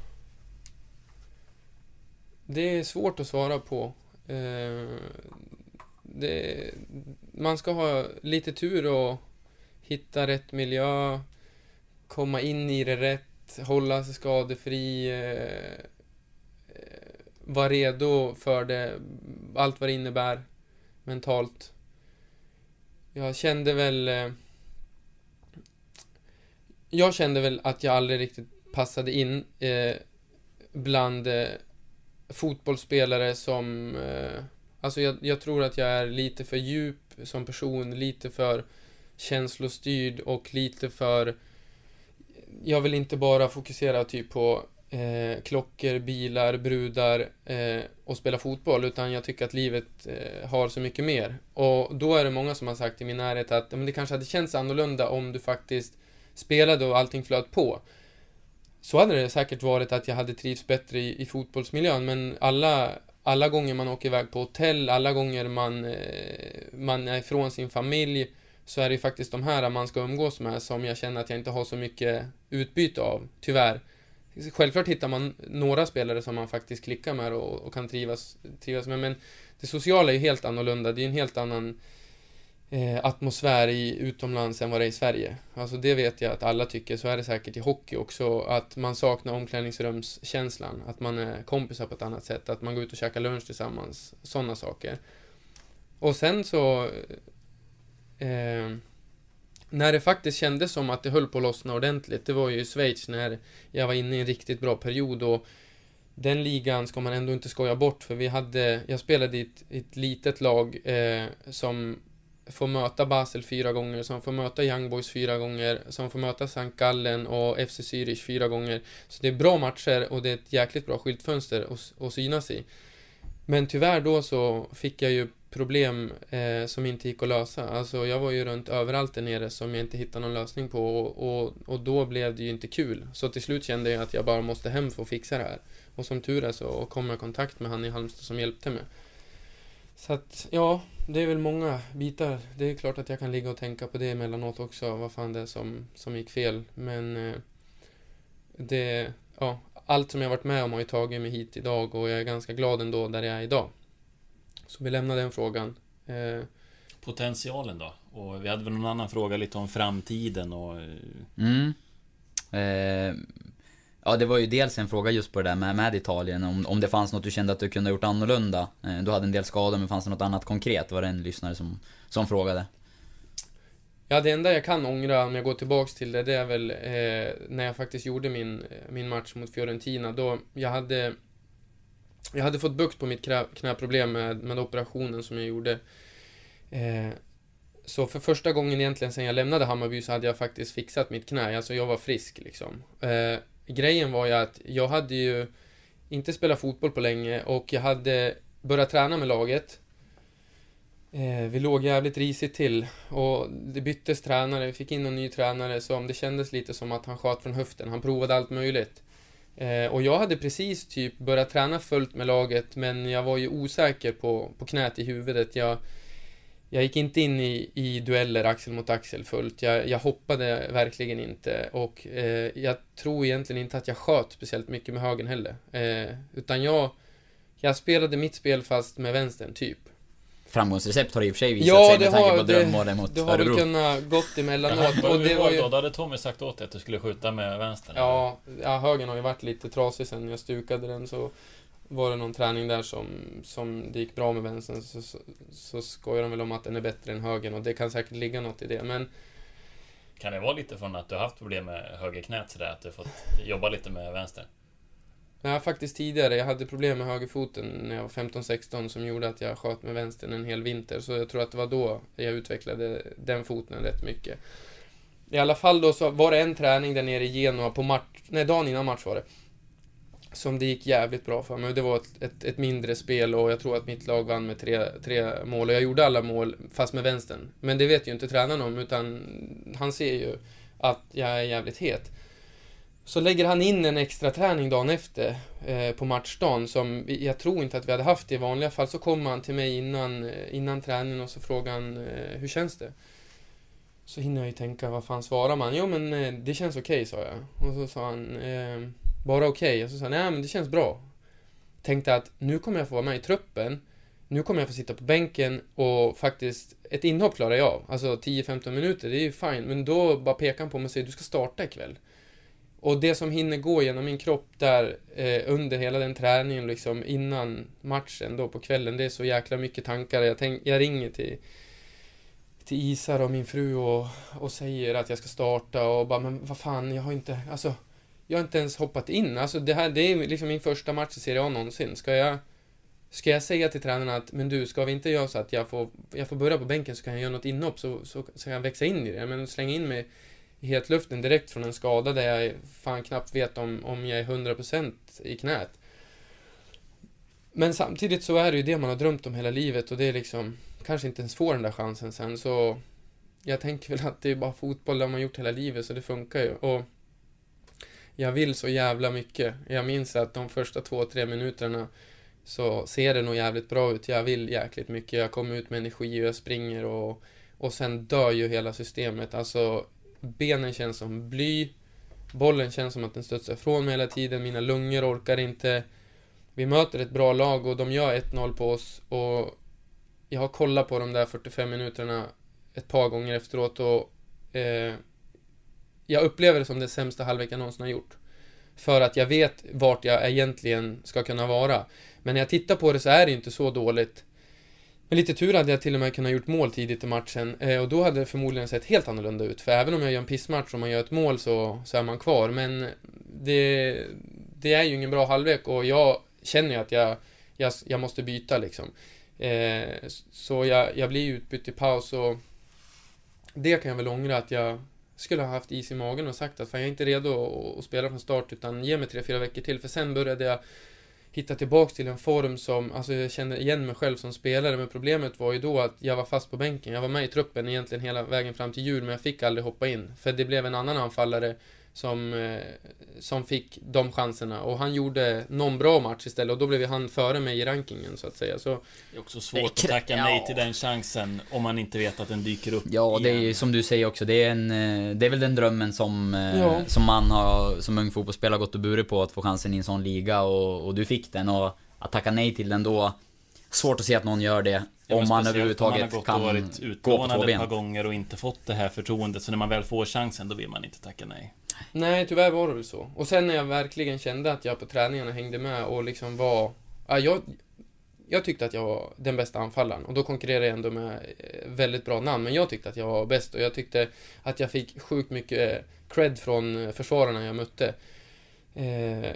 Det är svårt att svara på. Eh, det, man ska ha lite tur och hitta rätt miljö, komma in i det rätt, hålla sig skadefri, eh, vara redo för det, allt vad det innebär mentalt. Jag kände väl... Eh, jag kände väl att jag aldrig riktigt passade in eh, bland eh, fotbollsspelare som... Eh, alltså jag, jag tror att jag är lite för djup som person, lite för känslostyrd och lite för... Jag vill inte bara fokusera typ på eh, klockor, bilar, brudar eh, och spela fotboll, utan jag tycker att livet eh, har så mycket mer. Och då är det många som har sagt i min närhet att men det kanske hade känts annorlunda om du faktiskt spelade och allting flöt på. Så hade det säkert varit att jag hade trivts bättre i, i fotbollsmiljön, men alla, alla gånger man åker iväg på hotell, alla gånger man, eh, man är ifrån sin familj, så är det ju faktiskt de här man ska umgås med som jag känner att jag inte har så mycket utbyte av, tyvärr. Självklart hittar man några spelare som man faktiskt klickar med och, och kan trivas, trivas med, men det sociala är ju helt annorlunda. Det är en helt annan eh, atmosfär i utomlands än vad det är i Sverige. Alltså det vet jag att alla tycker, så är det säkert i hockey också, att man saknar omklädningsrumskänslan, att man är kompisar på ett annat sätt, att man går ut och käkar lunch tillsammans, sådana saker. Och sen så... Eh, när det faktiskt kändes som att det höll på att lossna ordentligt, det var ju i Schweiz när jag var inne i en riktigt bra period, och den ligan ska man ändå inte skoja bort, för vi hade, jag spelade i ett, ett litet lag eh, som får möta Basel fyra gånger, som får möta Young Boys fyra gånger, som får möta Sankt Gallen och F C Zürich fyra gånger, så det är bra matcher och det är ett jäkligt bra skyltfönster att, att synas i. Men tyvärr då så fick jag ju problem eh, som inte gick att lösa. Alltså jag var ju runt överallt där nere som jag inte hittade någon lösning på, och, och, och då blev det ju inte kul. Så till slut kände jag att jag bara måste hem för att fixa det här. Och som tur är så kom jag i kontakt med han i Halmstad som hjälpte mig. Så att ja, det är väl många bitar. Det är klart att jag kan ligga och tänka på det emellanåt också, vad fan det är som, som gick fel. Men eh, det, ja, allt som jag varit med om har ju tagit mig hit idag, och jag är ganska glad ändå där jag är idag. Så vi lämnar den frågan. Eh. Potentialen då? Och vi hade väl någon annan fråga lite om framtiden och... Mm. Eh, ja, det var ju dels en fråga just på det där med, med Italien. Om, om det fanns något du kände att du kunde ha gjort annorlunda. Eh, du hade en del skador, men fanns det något annat konkret? Var det en lyssnare som, som frågade? Ja, det enda jag kan ångra om jag går tillbaks till det, det är väl eh, när jag faktiskt gjorde min, min match mot Fiorentina. Då jag hade... Jag hade fått bukt på mitt knä, knäproblem med, med operationen som jag gjorde. Eh, så för första gången egentligen sedan jag lämnade Hammarby så hade jag faktiskt fixat mitt knä. Alltså jag var frisk liksom. Eh, grejen var ju att jag hade ju inte spelat fotboll på länge, och jag hade börjat träna med laget. Eh, vi låg jävligt risigt till, och det byttes tränare. Vi fick in en ny tränare som det kändes lite som att han sköt från höften. Han provade allt möjligt. Eh, och jag hade precis typ börjat träna fullt med laget, men jag var ju osäker på, på knät i huvudet. Jag, jag gick inte in i, i dueller axel mot axel fullt. Jag, jag hoppade verkligen inte, och eh, jag tror egentligen inte att jag sköt speciellt mycket med högen heller. Eh, utan jag, jag spelade mitt spel fast med vänstern typ. Framgångsrecept har det i och för sig visat ja, sig med tanke på drömmålen mot det har Örebro. väl kunnat gått emellanåt. Och det var ju... Då hade Tommy sagt åt dig att du skulle skjuta med vänstern. Ja, ja, högen har ju varit lite trasig sen jag stukade den, så var det någon träning där som, som det gick bra med vänstern, så, så, så skojar de väl om att den är bättre än högen, och det kan säkert ligga något i det, men... Kan det vara lite från att du har haft problem med högerknät sådär, att du fått jobba lite med vänster? Ja, faktiskt tidigare. Jag hade problem med högerfoten när jag var femton sexton som gjorde att jag sköt med vänstern en hel vinter. Så jag tror att det var då jag utvecklade den foten rätt mycket. I alla fall då så var det en träning där nere i Genoa på match... Nej, dagen innan match var det. Som det gick jävligt bra för mig. Det var ett, ett, ett mindre spel, och jag tror att mitt lag vann med tre, tre mål. Och jag gjorde alla mål fast med vänstern. Men det vet ju inte tränaren om, utan han ser ju att jag är jävligt het. Så lägger han in en extra träning dagen efter eh, på matchdagen som jag tror inte att vi hade haft i vanliga fall. Så kommer han till mig innan, innan träningen och så frågar han eh, hur känns det? Så hinner jag ju tänka, vad fan svarar man? Jo men eh, det känns okej, okay, sa jag. Och så sa han, eh, bara okej. Okay. Och så sa han, nej men det känns bra. Tänkte att nu kommer jag få vara med i truppen. Nu kommer jag få sitta på bänken och faktiskt, ett inhopp klarar jag av. Alltså tio femton minuter, det är ju fine. Men då bara pekar han på mig och säger, du ska starta ikväll. Och det som hinner gå genom min kropp där eh, under hela den träningen liksom innan matchen då på kvällen, det är så jäkla mycket tankar. Jag, tänk, jag ringer till till Isar och min fru och, och säger att jag ska starta och bara, men vad fan, jag har inte, alltså, jag har inte ens hoppat in. Alltså det här, det är liksom min första match i Serie A någonsin. Ska jag, ska jag säga till tränarna att, men du, ska vi inte göra så att jag får, jag får börja på bänken så kan jag göra något inhopp så, så, så kan jag växa in i det. Men slänga in mig i hetluften direkt från en skada där jag fan knappt vet om, om jag är hundra procent i knät. Men samtidigt så är det ju det man har drömt om hela livet och det är liksom, kanske inte ens får den där chansen sen, så jag tänker väl att det är bara fotboll, det har man gjort hela livet, så det funkar ju. Och jag vill så jävla mycket. Jag minns att de första två, tre minuterna så ser det nog jävligt bra ut. Jag vill jäkligt mycket. Jag kommer ut med energi och jag springer och, och sen dör ju hela systemet. Alltså, benen känns som bly. Bollen känns som att den stötsar ifrån mig hela tiden. Mina lungor orkar inte. Vi möter ett bra lag och de gör ett noll på oss. Och jag har kollat på de där fyrtiofem minuterna ett par gånger efteråt och eh, jag upplever det som det sämsta halvlek jag någonsin har gjort. För att jag vet vart jag egentligen ska kunna vara. Men när jag tittar på det så är det inte så dåligt. Med lite tur hade jag till och med kunnat gjort mål tidigt i matchen. Eh, och då hade det förmodligen sett helt annorlunda ut. För även om jag gör en pissmatch och man gör ett mål så, så är man kvar. Men det, det är ju ingen bra halvlek och jag känner ju att jag, jag, jag måste byta liksom. Eh, så jag, jag blir utbytt i paus och det kan jag väl ångra att jag skulle ha haft is i magen och sagt att fan, jag är inte redo att, att spela från start utan ge mig tre, fyra veckor till. För sen började jag hitta tillbaks till en form som, alltså jag känner igen mig själv som spelare, men problemet var ju då att jag var fast på bänken. Jag var med i truppen egentligen hela vägen fram till jul, men jag fick aldrig hoppa in. För det blev en annan anfallare som, eh, som fick de chanserna. Och han gjorde någon bra match istället och då blev han före mig i rankingen så att säga. Så det är också svårt att tacka nej till den chansen om man inte vet att den dyker upp. Ja, det är ju som du säger också, det är, en, det är väl den drömmen som, ja. som man har som ung fotbollsspelare gått och burit på, att få chansen i en sån liga och, och du fick den, och att tacka nej till den då, svårt att se att någon gör det. Ja, om man överhuvudtaget man kan varit gå på två ben. Ett par gånger och inte fått det här förtroendet, så när man väl får chansen då vill man inte tacka nej. Nej, tyvärr var det väl så. Och sen när jag verkligen kände att jag på träningarna hängde med och liksom var... Ja, jag, jag tyckte att jag var den bästa anfallaren. Och då konkurrerade jag ändå med väldigt bra namn. Men jag tyckte att jag var bäst. Och jag tyckte att jag fick sjukt mycket cred från försvararna jag mötte. Eh,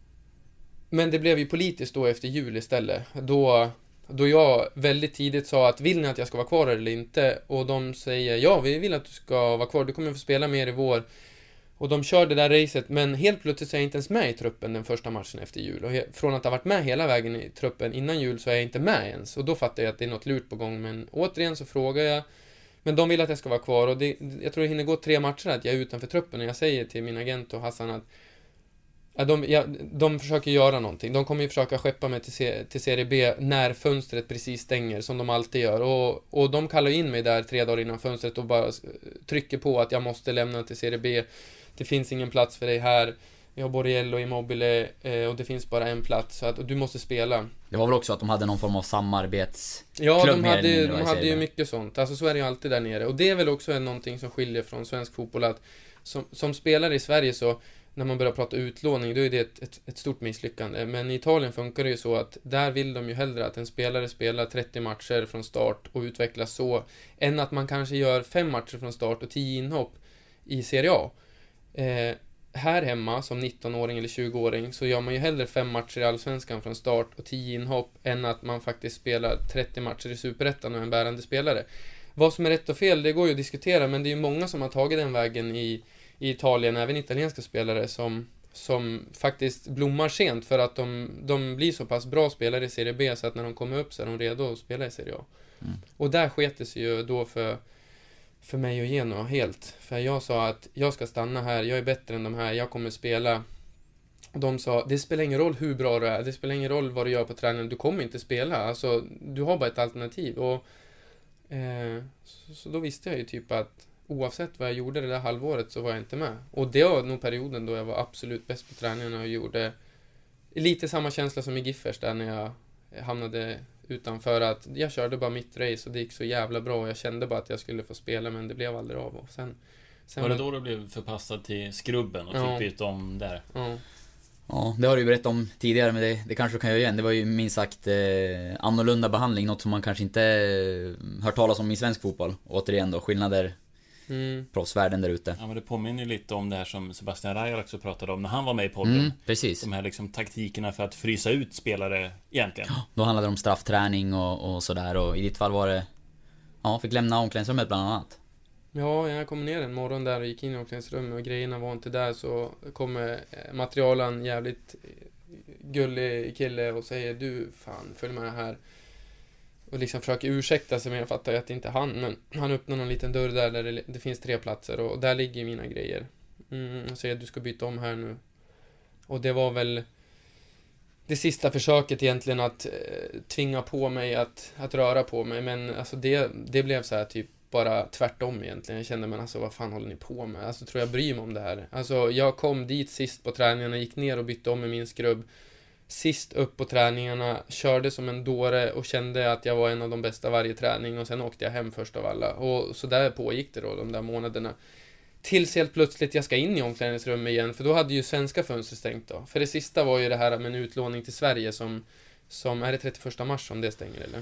men det blev ju politiskt då efter jul istället. Då... Då jag väldigt tidigt sa att vill ni att jag ska vara kvar eller inte? Och de säger ja, vi vill att du ska vara kvar. Du kommer få spela mer i vår. Och de kör det där racet. Men helt plötsligt så är jag inte ens med i truppen den första matchen efter jul. Och he- från att ha varit med hela vägen i truppen innan jul så är jag inte med ens. Och då fattar jag att det är något lurt på gång. Men återigen så frågar jag. Men de vill att jag ska vara kvar. Och det, jag tror det hinner gå tre matcher att jag är utanför truppen. Och jag säger till min agent och Hassan att Ja, de, ja, de försöker göra någonting. De kommer ju försöka skeppa mig till, C, till Serie B när fönstret precis stänger, som de alltid gör. Och, och de kallar in mig där tre dagar innan fönstret och bara trycker på att jag måste lämna till Serie B. Det finns ingen plats för dig här. Vi har Borriello och Immobile eh, och det finns bara en plats. Så att och du måste spela. Det var väl också att de hade någon form av samarbetsklubb. Ja, de hade, de hade ju mycket sånt. Alltså så är det ju alltid där nere. Och det är väl också någonting som skiljer från svensk fotboll. Att som, som spelare i Sverige så när man börjar prata utlåning, då är det ett, ett, ett stort misslyckande. Men i Italien funkar det ju så att där vill de ju hellre att en spelare spelar trettio matcher från start och utvecklas så, än att man kanske gör fem matcher från start och tio inhopp i Serie A. Eh, här hemma, som nittonåring eller tjugoåring, så gör man ju hellre fem matcher i Allsvenskan från start och tio inhopp, än att man faktiskt spelar trettio matcher i Superettan och en bärande spelare. Vad som är rätt och fel, det går ju att diskutera, men det är ju många som har tagit den vägen i i Italien, även italienska spelare som, som faktiskt blommar sent för att de, de blir så pass bra spelare i Serie B så att när de kommer upp så är de redo att spela i Serie A. Mm. Och där sket det sig ju då för, för mig och Genoa helt. För jag sa att jag ska stanna här, jag är bättre än de här, jag kommer spela. Och de sa, det spelar ingen roll hur bra du är, det spelar ingen roll vad du gör på träningen, du kommer inte spela. Alltså, du har bara ett alternativ. Och, eh, så, så då visste jag ju typ att oavsett vad jag gjorde det där halvåret så var jag inte med. Och det var nog perioden då jag var absolut bäst på träningarna och gjorde lite samma känsla som i Giffers där när jag hamnade utanför, att jag körde bara mitt race och det gick så jävla bra och jag kände bara att jag skulle få spela, men det blev aldrig av. Och sen, sen var det då du blev förpassad till Skrubben och fick ja. byta om där? Ja. Ja, det har du ju berättat om tidigare, men det, det kanske du kan göra igen. Det var ju minst sagt eh, annorlunda behandling, något som man kanske inte eh, hört talas om i svensk fotboll. Återigen då, skillnader, mm. proffsvärlden där ute. Ja, men det påminner ju lite om det här som Sebastian Rajal också pratade om när han var med i podden. Mm, precis. De här liksom taktikerna för att frysa ut spelare egentligen. Ja, då handlade det om straffträning och, och sådär, och i ditt fall var det, ja, fick lämna omklädningsrummet bland annat. Ja, jag kom ner en morgon där och gick in i omklädningsrummet och grejerna var inte där, så kommer materialen jävligt gullig kille och säger du, fan, följ med här. Och liksom försöker ursäkta sig, men jag fattar ju att det inte är han, men han öppnar någon liten dörr där, där det, det finns tre platser och där ligger mina grejer. Mm, och säger du ska byta om här nu. Och det var väl det sista försöket egentligen att eh, tvinga på mig att, att röra på mig, men alltså det, det blev så här typ bara tvärtom egentligen. Jag kände, men alltså vad fan håller ni på med? Alltså tror jag bryr mig om det här. Alltså jag kom dit sist på träningarna, gick ner och bytte om med min skrubb. Sist upp på träningarna, körde som en dåre och kände att jag var en av de bästa varje träning, och sen åkte jag hem först av alla. Och så där pågick det då de där månaderna. Tills helt plötsligt jag ska in i omklädningsrummet igen, för då hade ju svenska fönster stängt då. För det sista var ju det här med en utlåning till Sverige som, som är det trettioförsta mars som det stänger, eller?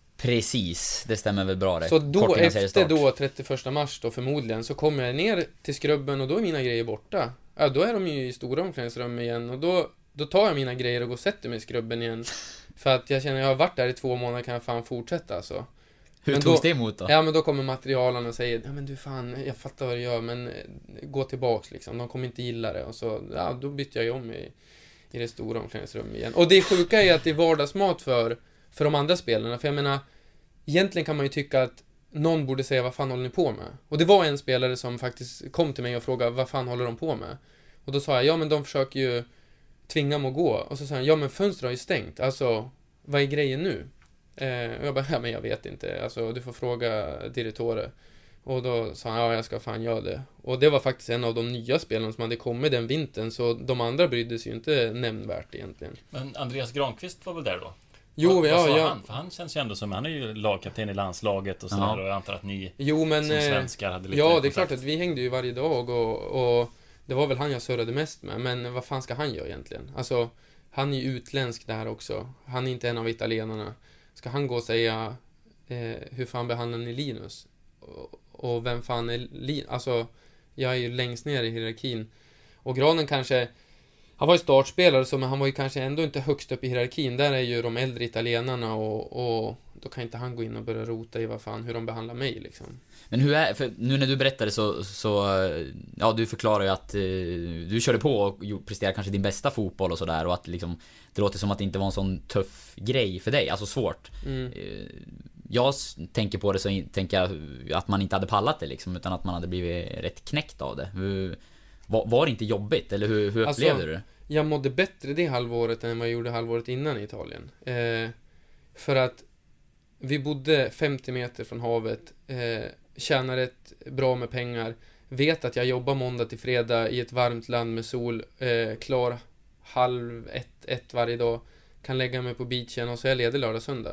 Precis, det stämmer väl bra det. Så då, efter då trettioförsta mars då förmodligen, så kommer jag ner till skrubben och då är mina grejer borta. Ja, då är de ju i stora omklädningsrummet igen, och då, då tar jag mina grejer och går och sätter mig i skrubben igen. För att jag känner, jag har varit där i två månader, kan jag fan fortsätta alltså. Hur men togs då, det emot då? Ja, men då kommer materialen och säger, ja men du fan, jag fattar vad du gör, men gå tillbaks liksom, de kommer inte gilla det. Och så, ja, då bytte jag ju om i, i det stora omklädningsrummet igen. Och det sjuka är att det är vardagsmat för, för de andra spelarna, för jag menar, egentligen kan man ju tycka att någon borde säga, vad fan håller ni på med? Och det var en spelare som faktiskt kom till mig och frågade, vad fan håller de på med? Och då sa jag, ja men de försöker ju tvinga mig att gå. Och så sa han, ja men fönstret har ju stängt, alltså vad är grejen nu? Eh, och jag bara, ja men jag vet inte, alltså du får fråga direktören. Och då sa han, ja jag ska fan göra det. Och det var faktiskt en av de nya spelarna som hade kommit den vintern, så de andra brydde sig ju inte nämnvärt egentligen. Men Andreas Granqvist var väl där då? Jo, vad, ja, vad sa ja. han? För han känns ju ändå som, han är ju lagkapten i landslaget och sådär, ja. Och jag antar att ni jo, men, som svenskar hade lite ja, det är kontakt. klart att vi hängde ju varje dag och, och det var väl han jag surrade mest med, men vad fan ska han göra egentligen? Alltså, han är ju utländsk där också. Han är inte en av italienarna. Ska han gå och säga eh, hur fan behandlar ni Linus? Och, och vem fan är Linus? Alltså, jag är ju längst ner i hierarkin. Och Granen kanske, han var ju startspelare så, men han var ju kanske ändå inte högst upp i hierarkin. Där är ju de äldre italienarna och, och då kan inte han gå in och börja rota i vad fan, hur de behandlar mig liksom. Men hur är, för nu när du berättade så, så ja, du förklarar ju att eh, du körde på och presterade kanske din bästa fotboll och sådär, och att liksom, det låter som att det inte var en sån tuff grej för dig, alltså svårt. Mm. Eh, jag tänker på det så tänker jag att man inte hade pallat det liksom, utan att man hade blivit rätt knäckt av det. Hur, var, var det inte jobbigt, eller hur, hur upplevde alltså, du det? Jag mådde bättre det halvåret än vad jag gjorde halvåret innan i Italien. Eh, för att vi bodde femtio meter från havet, eh, tjänar rätt bra med pengar, vet att jag jobbar måndag till fredag i ett varmt land med sol, eh, klar halv ett, ett varje dag, kan lägga mig på beachen och så är jag ledig lördag söndag.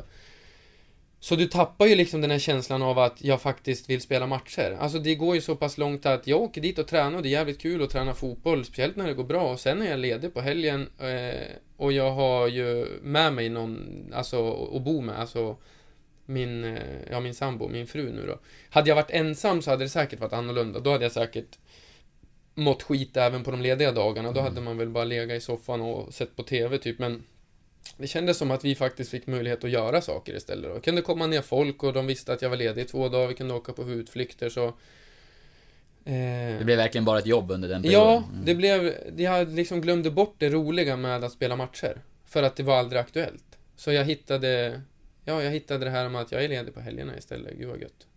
Så du tappar ju liksom den här känslan av att jag faktiskt vill spela matcher. Alltså det går ju så pass långt att jag åker dit och tränar och det är jävligt kul att träna fotboll, speciellt när det går bra, och sen är jag ledig på helgen eh, och jag har ju med mig någon, alltså att bo med, alltså min, ja min sambo, min fru nu då. Hade jag varit ensam så hade det säkert varit annorlunda. Då hade jag säkert mått skit även på de lediga dagarna. Då hade man väl bara legat i soffan och sett på tv typ, men det kändes som att vi faktiskt fick möjlighet att göra saker istället. Det kunde komma ner folk och de visste att jag var ledig i två dagar. Vi kunde åka på utflykter så... Eh... Det blev verkligen bara ett jobb under den perioden. Ja, det blev... Jag liksom glömde bort det roliga med att spela matcher. För att det var aldrig aktuellt. Så jag hittade... Ja, jag hittade det här med att jag är ledig på helgerna istället. Gud vad gött.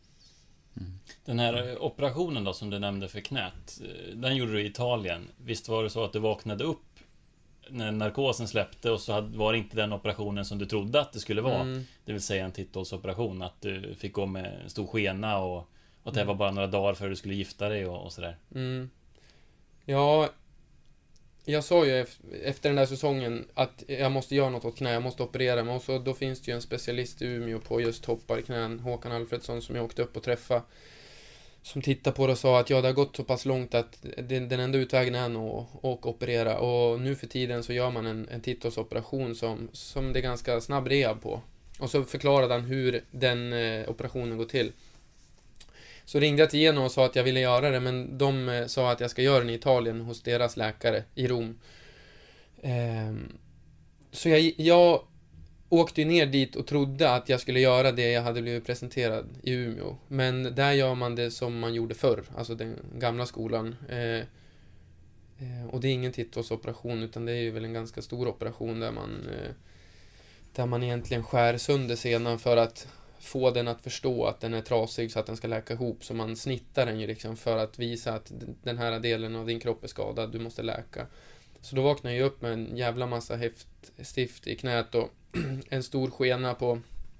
Mm. Den här operationen då som du nämnde för knät, den gjorde du i Italien. Visst var det så att du vaknade upp när narkosen släppte och så var det inte den operationen som du trodde att det skulle vara. Mm. Det vill säga en titthålsoperation, att du fick gå med en stor skena och, och att det mm. var bara några dagar för att du skulle gifta dig och, och sådär. Mm. Ja, jag sa ju efter den där säsongen att jag måste göra något åt knä, jag måste operera mig, och så då finns det ju en specialist i Umeå på just hopparknän, Håkan Alfredsson, som jag åkte upp och träffa som tittade på det och sa att ja, det har gått så pass långt att den, den enda utvägen är nog att och operera. Och nu för tiden så gör man en, en titthålsoperation som, som det är ganska snabb rehab på. Och så förklarade han hur den eh, operationen går till. Så ringde jag till Genoa och sa att jag ville göra det, men de eh, sa att jag ska göra den i Italien hos deras läkare i Rom. Eh, så jag, jag åkte ju ner dit och trodde att jag skulle göra det jag hade blivit presenterad i Umeå. Men där gör man det som man gjorde förr, alltså den gamla skolan. Eh, eh, och det är ingen titthålsoperation, utan det är ju väl en ganska stor operation där man, eh, där man egentligen skär sönder senan för att få den att förstå att den är trasig så att den ska läka ihop. Så man snittar den ju liksom för att visa att den här delen av din kropp är skadad, du måste läka. Så då vaknade jag upp med en jävla massa häftstift i knät och en stor skena på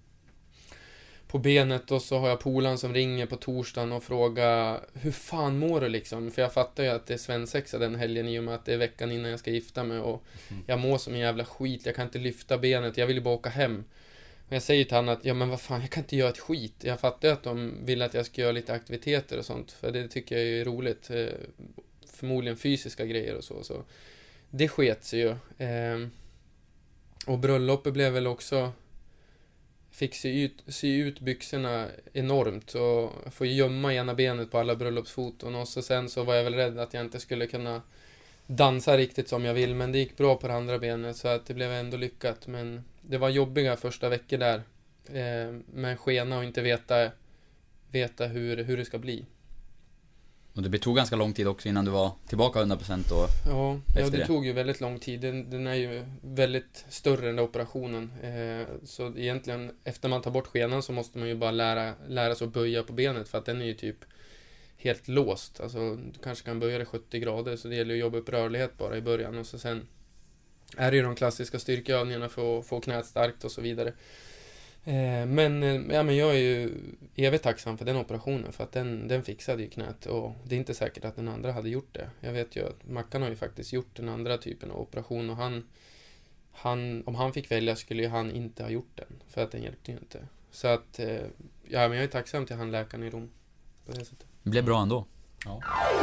på benet, och så har jag polan som ringer på torsdagen och frågar hur fan mår du liksom, för jag fattar ju att det är svensexa den helgen i och med att det är veckan innan jag ska gifta mig och jag mår som en jävla skit, jag kan inte lyfta benet, jag vill ju bara åka hem. Och jag säger till han att ja men vad fan, jag kan inte göra ett skit. Jag fattar ju att de vill att jag ska göra lite aktiviteter och sånt, för det tycker jag är roligt, förmodligen fysiska grejer och så, så det sket sig ju. Ehm, och bröllopet blev väl också, fick sy ut, sy ut byxorna enormt och få gömma ena benet på alla bröllopsfoton, och så sen så var jag väl rädd att jag inte skulle kunna dansa riktigt som jag vill, men det gick bra på det andra benet så att det blev ändå lyckat. Men det var jobbiga första veckor där eh, med skena och inte veta, veta hur, hur det ska bli. Och det tog ganska lång tid också innan du var tillbaka hundra procent och ja, ja, det, det tog ju väldigt lång tid. Den, den är ju väldigt större än den operationen. Eh, så egentligen, efter man tar bort skenan så måste man ju bara lära, lära sig att böja på benet, för att den är ju typ helt låst. Alltså, du kanske kan böja det sjuttio grader, så det gäller att jobba upp rörlighet bara i början. Och så sen är det ju de klassiska styrkeövningarna för att få knät starkt och så vidare. Eh, men, ja, men jag är ju evigt tacksam för den operationen, för att den, den fixade ju knät, och det är inte säkert att den andra hade gjort det. Jag vet ju att Mackan har ju faktiskt gjort den andra typen av operation, och han, han, om han fick välja skulle ju han inte ha gjort den, för att den hjälpte ju inte. Så att, eh, ja, men jag är tacksam till han läkaren i Rom på det sättet. Det blev bra ändå. Ja.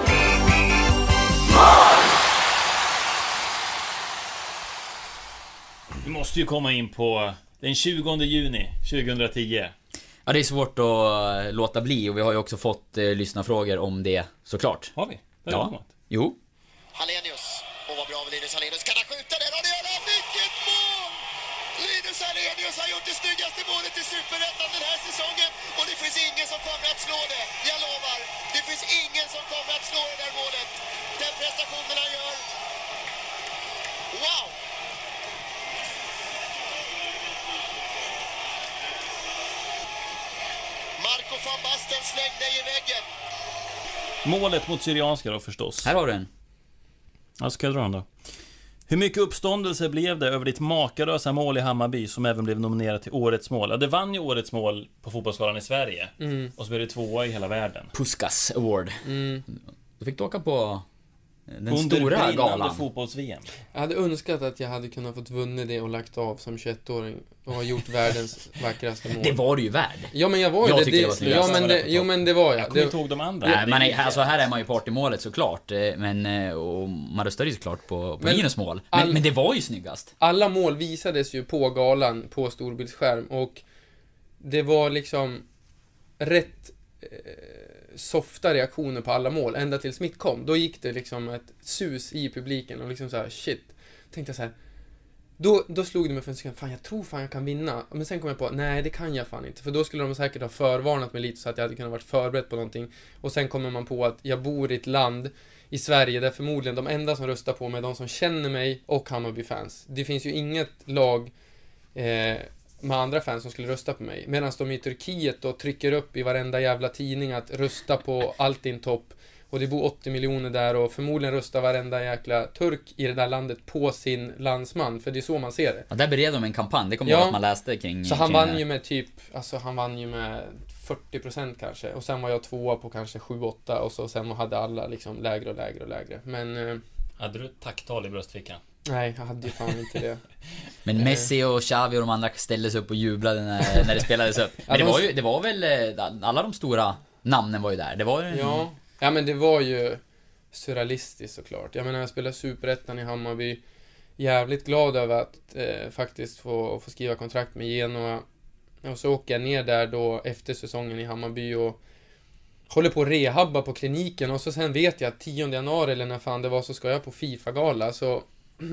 Vi måste ju komma in på den tjugonde juni tjugohundratio. Ja, det är svårt att låta bli, och vi har ju också fått eh, lyssna frågor om det, såklart. Har vi? Det ja. Något. Jo. Hallenius. Och vad bra av Linus Hallenius. Kan han skjuta den? Och det gör han! Vilket mål! Linus Hallenius har gjort det snyggaste målet i Superettan den här säsongen. Och det finns ingen som kommer att slå det. Jag lovar. Det finns ingen som kommer att slå det där målet. Den prestationen han gör. Wow! Marco van Basten slängde i väggen. Målet mot Syrianska då förstås. Här har du den. Ja, ska jag dra den då. Hur mycket uppståndelse blev det över ditt makalösa mål i Hammarby, som även blev nominerat till årets mål? Ja, det vann ju årets mål på fotbollsskalan i Sverige. Mm. Och så blev det tvåa i hela världen. Puskas Award. Mm. Du fick åka på den under stora brinnande galan. fotbolls-V M. Jag hade önskat att jag hade kunnat fått vunnit det och lagt av som tjugoett-åring och har gjort världens vackraste mål. Det var du ju värd. Ja, men jag var ju Jag det. tyckte det var det snyggast. ja, men det, jo, men det var jag. Jag kommer Det, inte ihåg de andra. Nej, man är, alltså här är man ju part i målet såklart, eh, men eh, och man röstade ju såklart på, på Men Linus mål. Men, all- men det var ju snyggast. alla mål visades ju på galan på storbildsskärm, och det var liksom rätt eh, softa reaktioner på alla mål ända tills mitt kom. Då gick det liksom ett sus i publiken och liksom så här shit. Tänkte jag så här. Då, då slog det mig för en sekund, fan jag tror fan jag kan vinna. Men sen kom jag på, nej det kan jag fan inte. För då skulle de säkert ha förvarnat mig lite så att jag hade kunnat varit förberedd på någonting. Och sen kommer man på att jag bor i ett land i Sverige där förmodligen de enda som röstar på mig är de som känner mig och Hammarby-fans. Det finns ju inget lag eh, med andra fans som skulle rösta på mig. Medan de i Turkiet då trycker upp i varenda jävla tidning att rösta på Altin Topp. Och det bor åttio miljoner där, och förmodligen röstar varenda jäkla turk i det där landet på sin landsman. För det är så man ser det. Ja, där beredde de en kampanj, det kommer Ja. jag ihåg att man läste kring. Så han kring vann ju med typ, alltså han vann ju med fyrtio procent kanske. Och sen var jag tvåa på kanske sju åtta, och så sen hade alla liksom lägre och lägre och lägre. Men eh, Hade du ett tacktal i bröstfickan? nej, jag hade ju fan inte det. Men Messi och Xavi och de andra ställde sig upp och jublade när, när det spelades upp. Men Ja, det de- var ju, det var väl eh, alla de stora namnen var ju där. Det var ju... Ja. ja, men det var ju surrealistiskt såklart. Jag menar, jag spelade Superettan i Hammarby. Jävligt glad över att eh, faktiskt få, få skriva kontrakt med Genoa. Och så åker jag ner där då efter säsongen i Hammarby och håller på att rehabba på kliniken. Och så sen vet jag att tionde januari eller när fan det var så ska jag på FIFA-gala. Så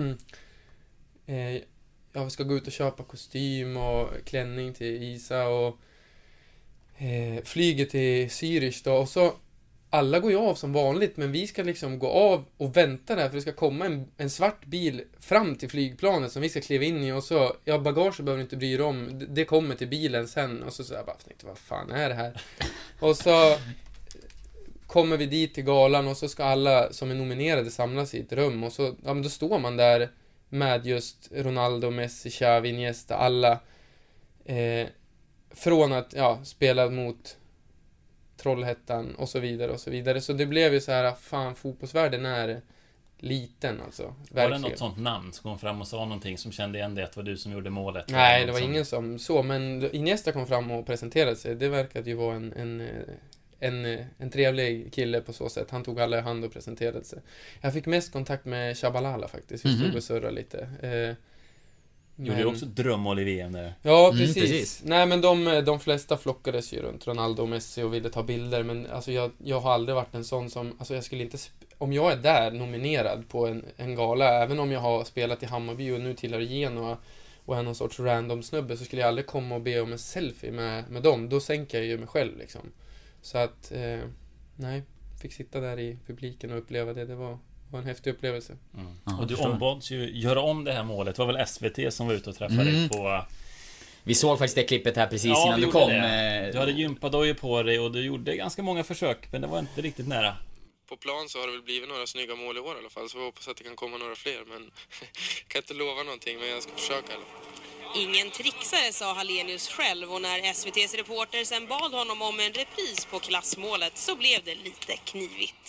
eh, jag ska gå ut och köpa kostym och klänning till Isa och eh, flyger till Zürich då. Och så alla går ju av som vanligt, men vi ska liksom gå av och vänta där för det ska komma en, en svart bil fram till flygplanet som vi ska kliva in i och så, ja, bagage behöver inte bry dig om, det kommer till bilen sen och så så jag bara tänkte, vad fan är det här? Och så kommer vi dit till galan och så ska alla som är nominerade samlas i ett rum och så, ja men då står man där med just Ronaldo, Messi, Xavi, Iniesta, alla eh, från att, ja, spela mot Trollhättan och så vidare och så vidare. Så det blev ju så här, fan, fotbollsvärlden är liten alltså. Verkligen. Var det något sånt namn som kom fram och sa någonting som kände igen det att det var du som gjorde målet? Nej, det var som... ingen som så, men Iniesta kom fram och presenterade sig. Det verkade ju vara en, en, en, en trevlig kille på så sätt. Han tog alla i hand och presenterade sig. Jag fick mest kontakt med Shabalala faktiskt. Vi stod mm-hmm. och surrade lite. Eh, Gjorde men... du också drömmål i V M där? Ja, precis. Mm, precis. Nej, men de, de flesta flockades ju runt Ronaldo och Messi och ville ta bilder. Men alltså, jag, jag har aldrig varit en sån som... Alltså, jag skulle inte... Sp- om jag är där nominerad på en, en gala, även om jag har spelat i Hammarby och nu tillhör Genoa och är någon sorts random snubbe, så skulle jag aldrig komma och be om en selfie med, med dem. Då sänker jag ju mig själv liksom. Så att... Eh, nej, fick sitta där i publiken och uppleva det. Det var... Det var en häftig upplevelse. Mm. Ja, och du ombads ju göra om det här målet. Det var väl S V T som var ute och träffade mm. dig på... Vi såg faktiskt det klippet här precis ja, innan du kom. Det. Du hade gympadojor på dig och du gjorde ganska många försök, men det var inte riktigt nära. På plan så har det väl blivit några snygga mål i år i alla fall, så jag hoppas att det kan komma några fler, men jag kan inte lova någonting, men jag ska försöka i alla fall. Ingen trixare, sa Hallenius själv, och när S V T:s reporter sen bad honom om en repris på klassmålet så blev det lite knivigt.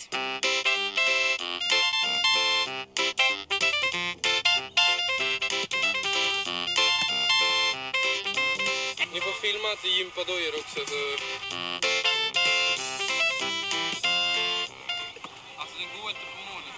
Ni får filma att det är gympadojor också, så... Alltså, det går inte på målet.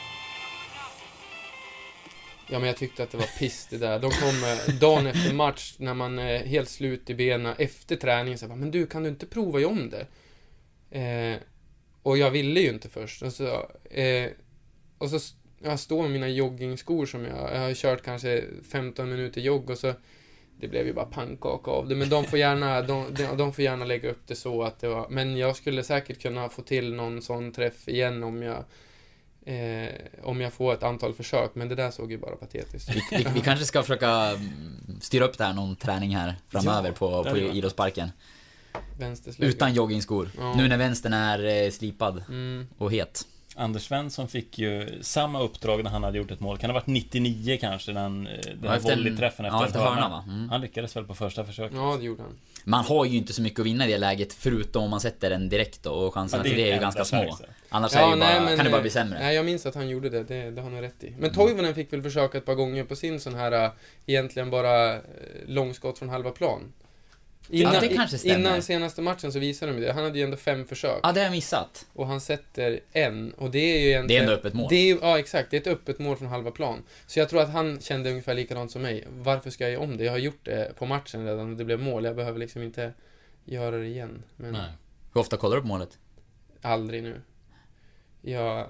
Ja, men jag tyckte att det var piss det där. De kom dagen efter match när man är helt slut i benen efter träningen. Så jag bara, men du, kan du inte prova om det? Eh, och jag ville ju inte först. Och så, eh, och så jag står med mina joggingskor som jag, jag har kört kanske femton minuter jogg och så det blev ju bara pannkaka av det, men de får gärna de, de, de får gärna lägga upp det så att det var, men jag skulle säkert kunna få till någon sån träff igen om jag eh, om jag får ett antal försök, men det där såg ju bara patetiskt. Vi, vi, vi kanske ska försöka styra upp det här någon träning här framöver ja, på, på idrottsparken. Utan joggingskor. Ja. Nu när vänstern är eh, slipad mm. och het. Anders Svensson fick ju samma uppdrag när han hade gjort ett mål. Kan det ha varit nittionio kanske, när han, den här volleyträffen efter, ja, efter hörna, va? Mm. Han lyckades väl på första försöket. Ja, det gjorde han. Man har ju inte så mycket att vinna i det läget, förutom om man sätter den direkt då, och chanserna ja, till det är ju ganska små. Färg, Annars ja, är ju nej, bara, men, kan det bara bli sämre. Nej, jag minns att han gjorde det, det, det har han rätt i. Men mm. Toivonen fick väl försöka ett par gånger på sin sån här egentligen bara långskott från halva plan. Innan, ja, det kanske stämmer. Innan senaste matchen så visade de det. Han hade ju ändå fem försök. Ja, det har jag missat. Och han sätter en. Och det är ju egentligen... Det är ändå öppet mål. Det är, ja, exakt. Det är ett öppet mål från halva plan. Så jag tror att han kände ungefär likadant som mig. Varför ska jag göra om det? Jag har gjort det på matchen redan och det blev mål. Jag behöver liksom inte göra det igen. Men... Nej. Hur ofta kollar du på målet? Aldrig nu. Jag...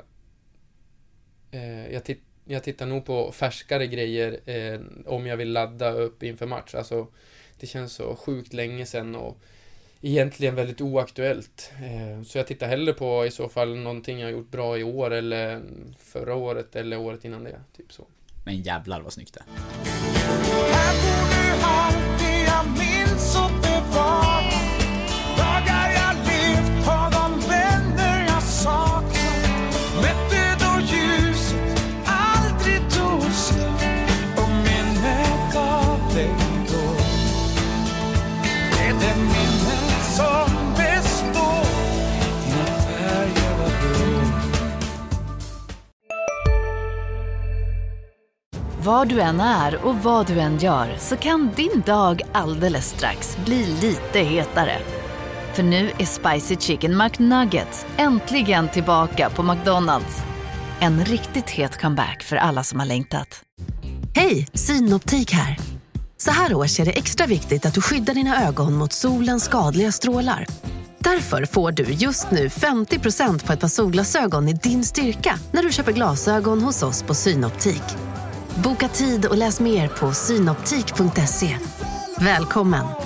Eh, jag, titt, jag tittar nog på färskare grejer eh, om jag vill ladda upp inför match. Alltså... Det känns så sjukt länge sedan och egentligen väldigt oaktuellt. Så jag tittar hellre på i så fall någonting jag har gjort bra i år eller förra året eller året innan det. Typ så. Men jävlar vad snyggt det. Här bor du alltid, jag minns och bevar. Dagar jag levt har de vänner jag saknar. Mätte då ljuset aldrig tog slut och minnet av dig. Det minnet som består, dina färger var blå. Var du än är och vad du än gör så kan din dag alldeles strax bli lite hetare. För nu är Spicy Chicken McNuggets äntligen tillbaka på McDonald's. En riktigt het comeback för alla som har längtat. Hej, Synoptik här. Så här års är det extra viktigt att du skyddar dina ögon mot solens skadliga strålar. Därför får du just nu femtio procent på ett par solglasögon i din styrka när du köper glasögon hos oss på Synoptik. Boka tid och läs mer på synoptik punkt se. Välkommen!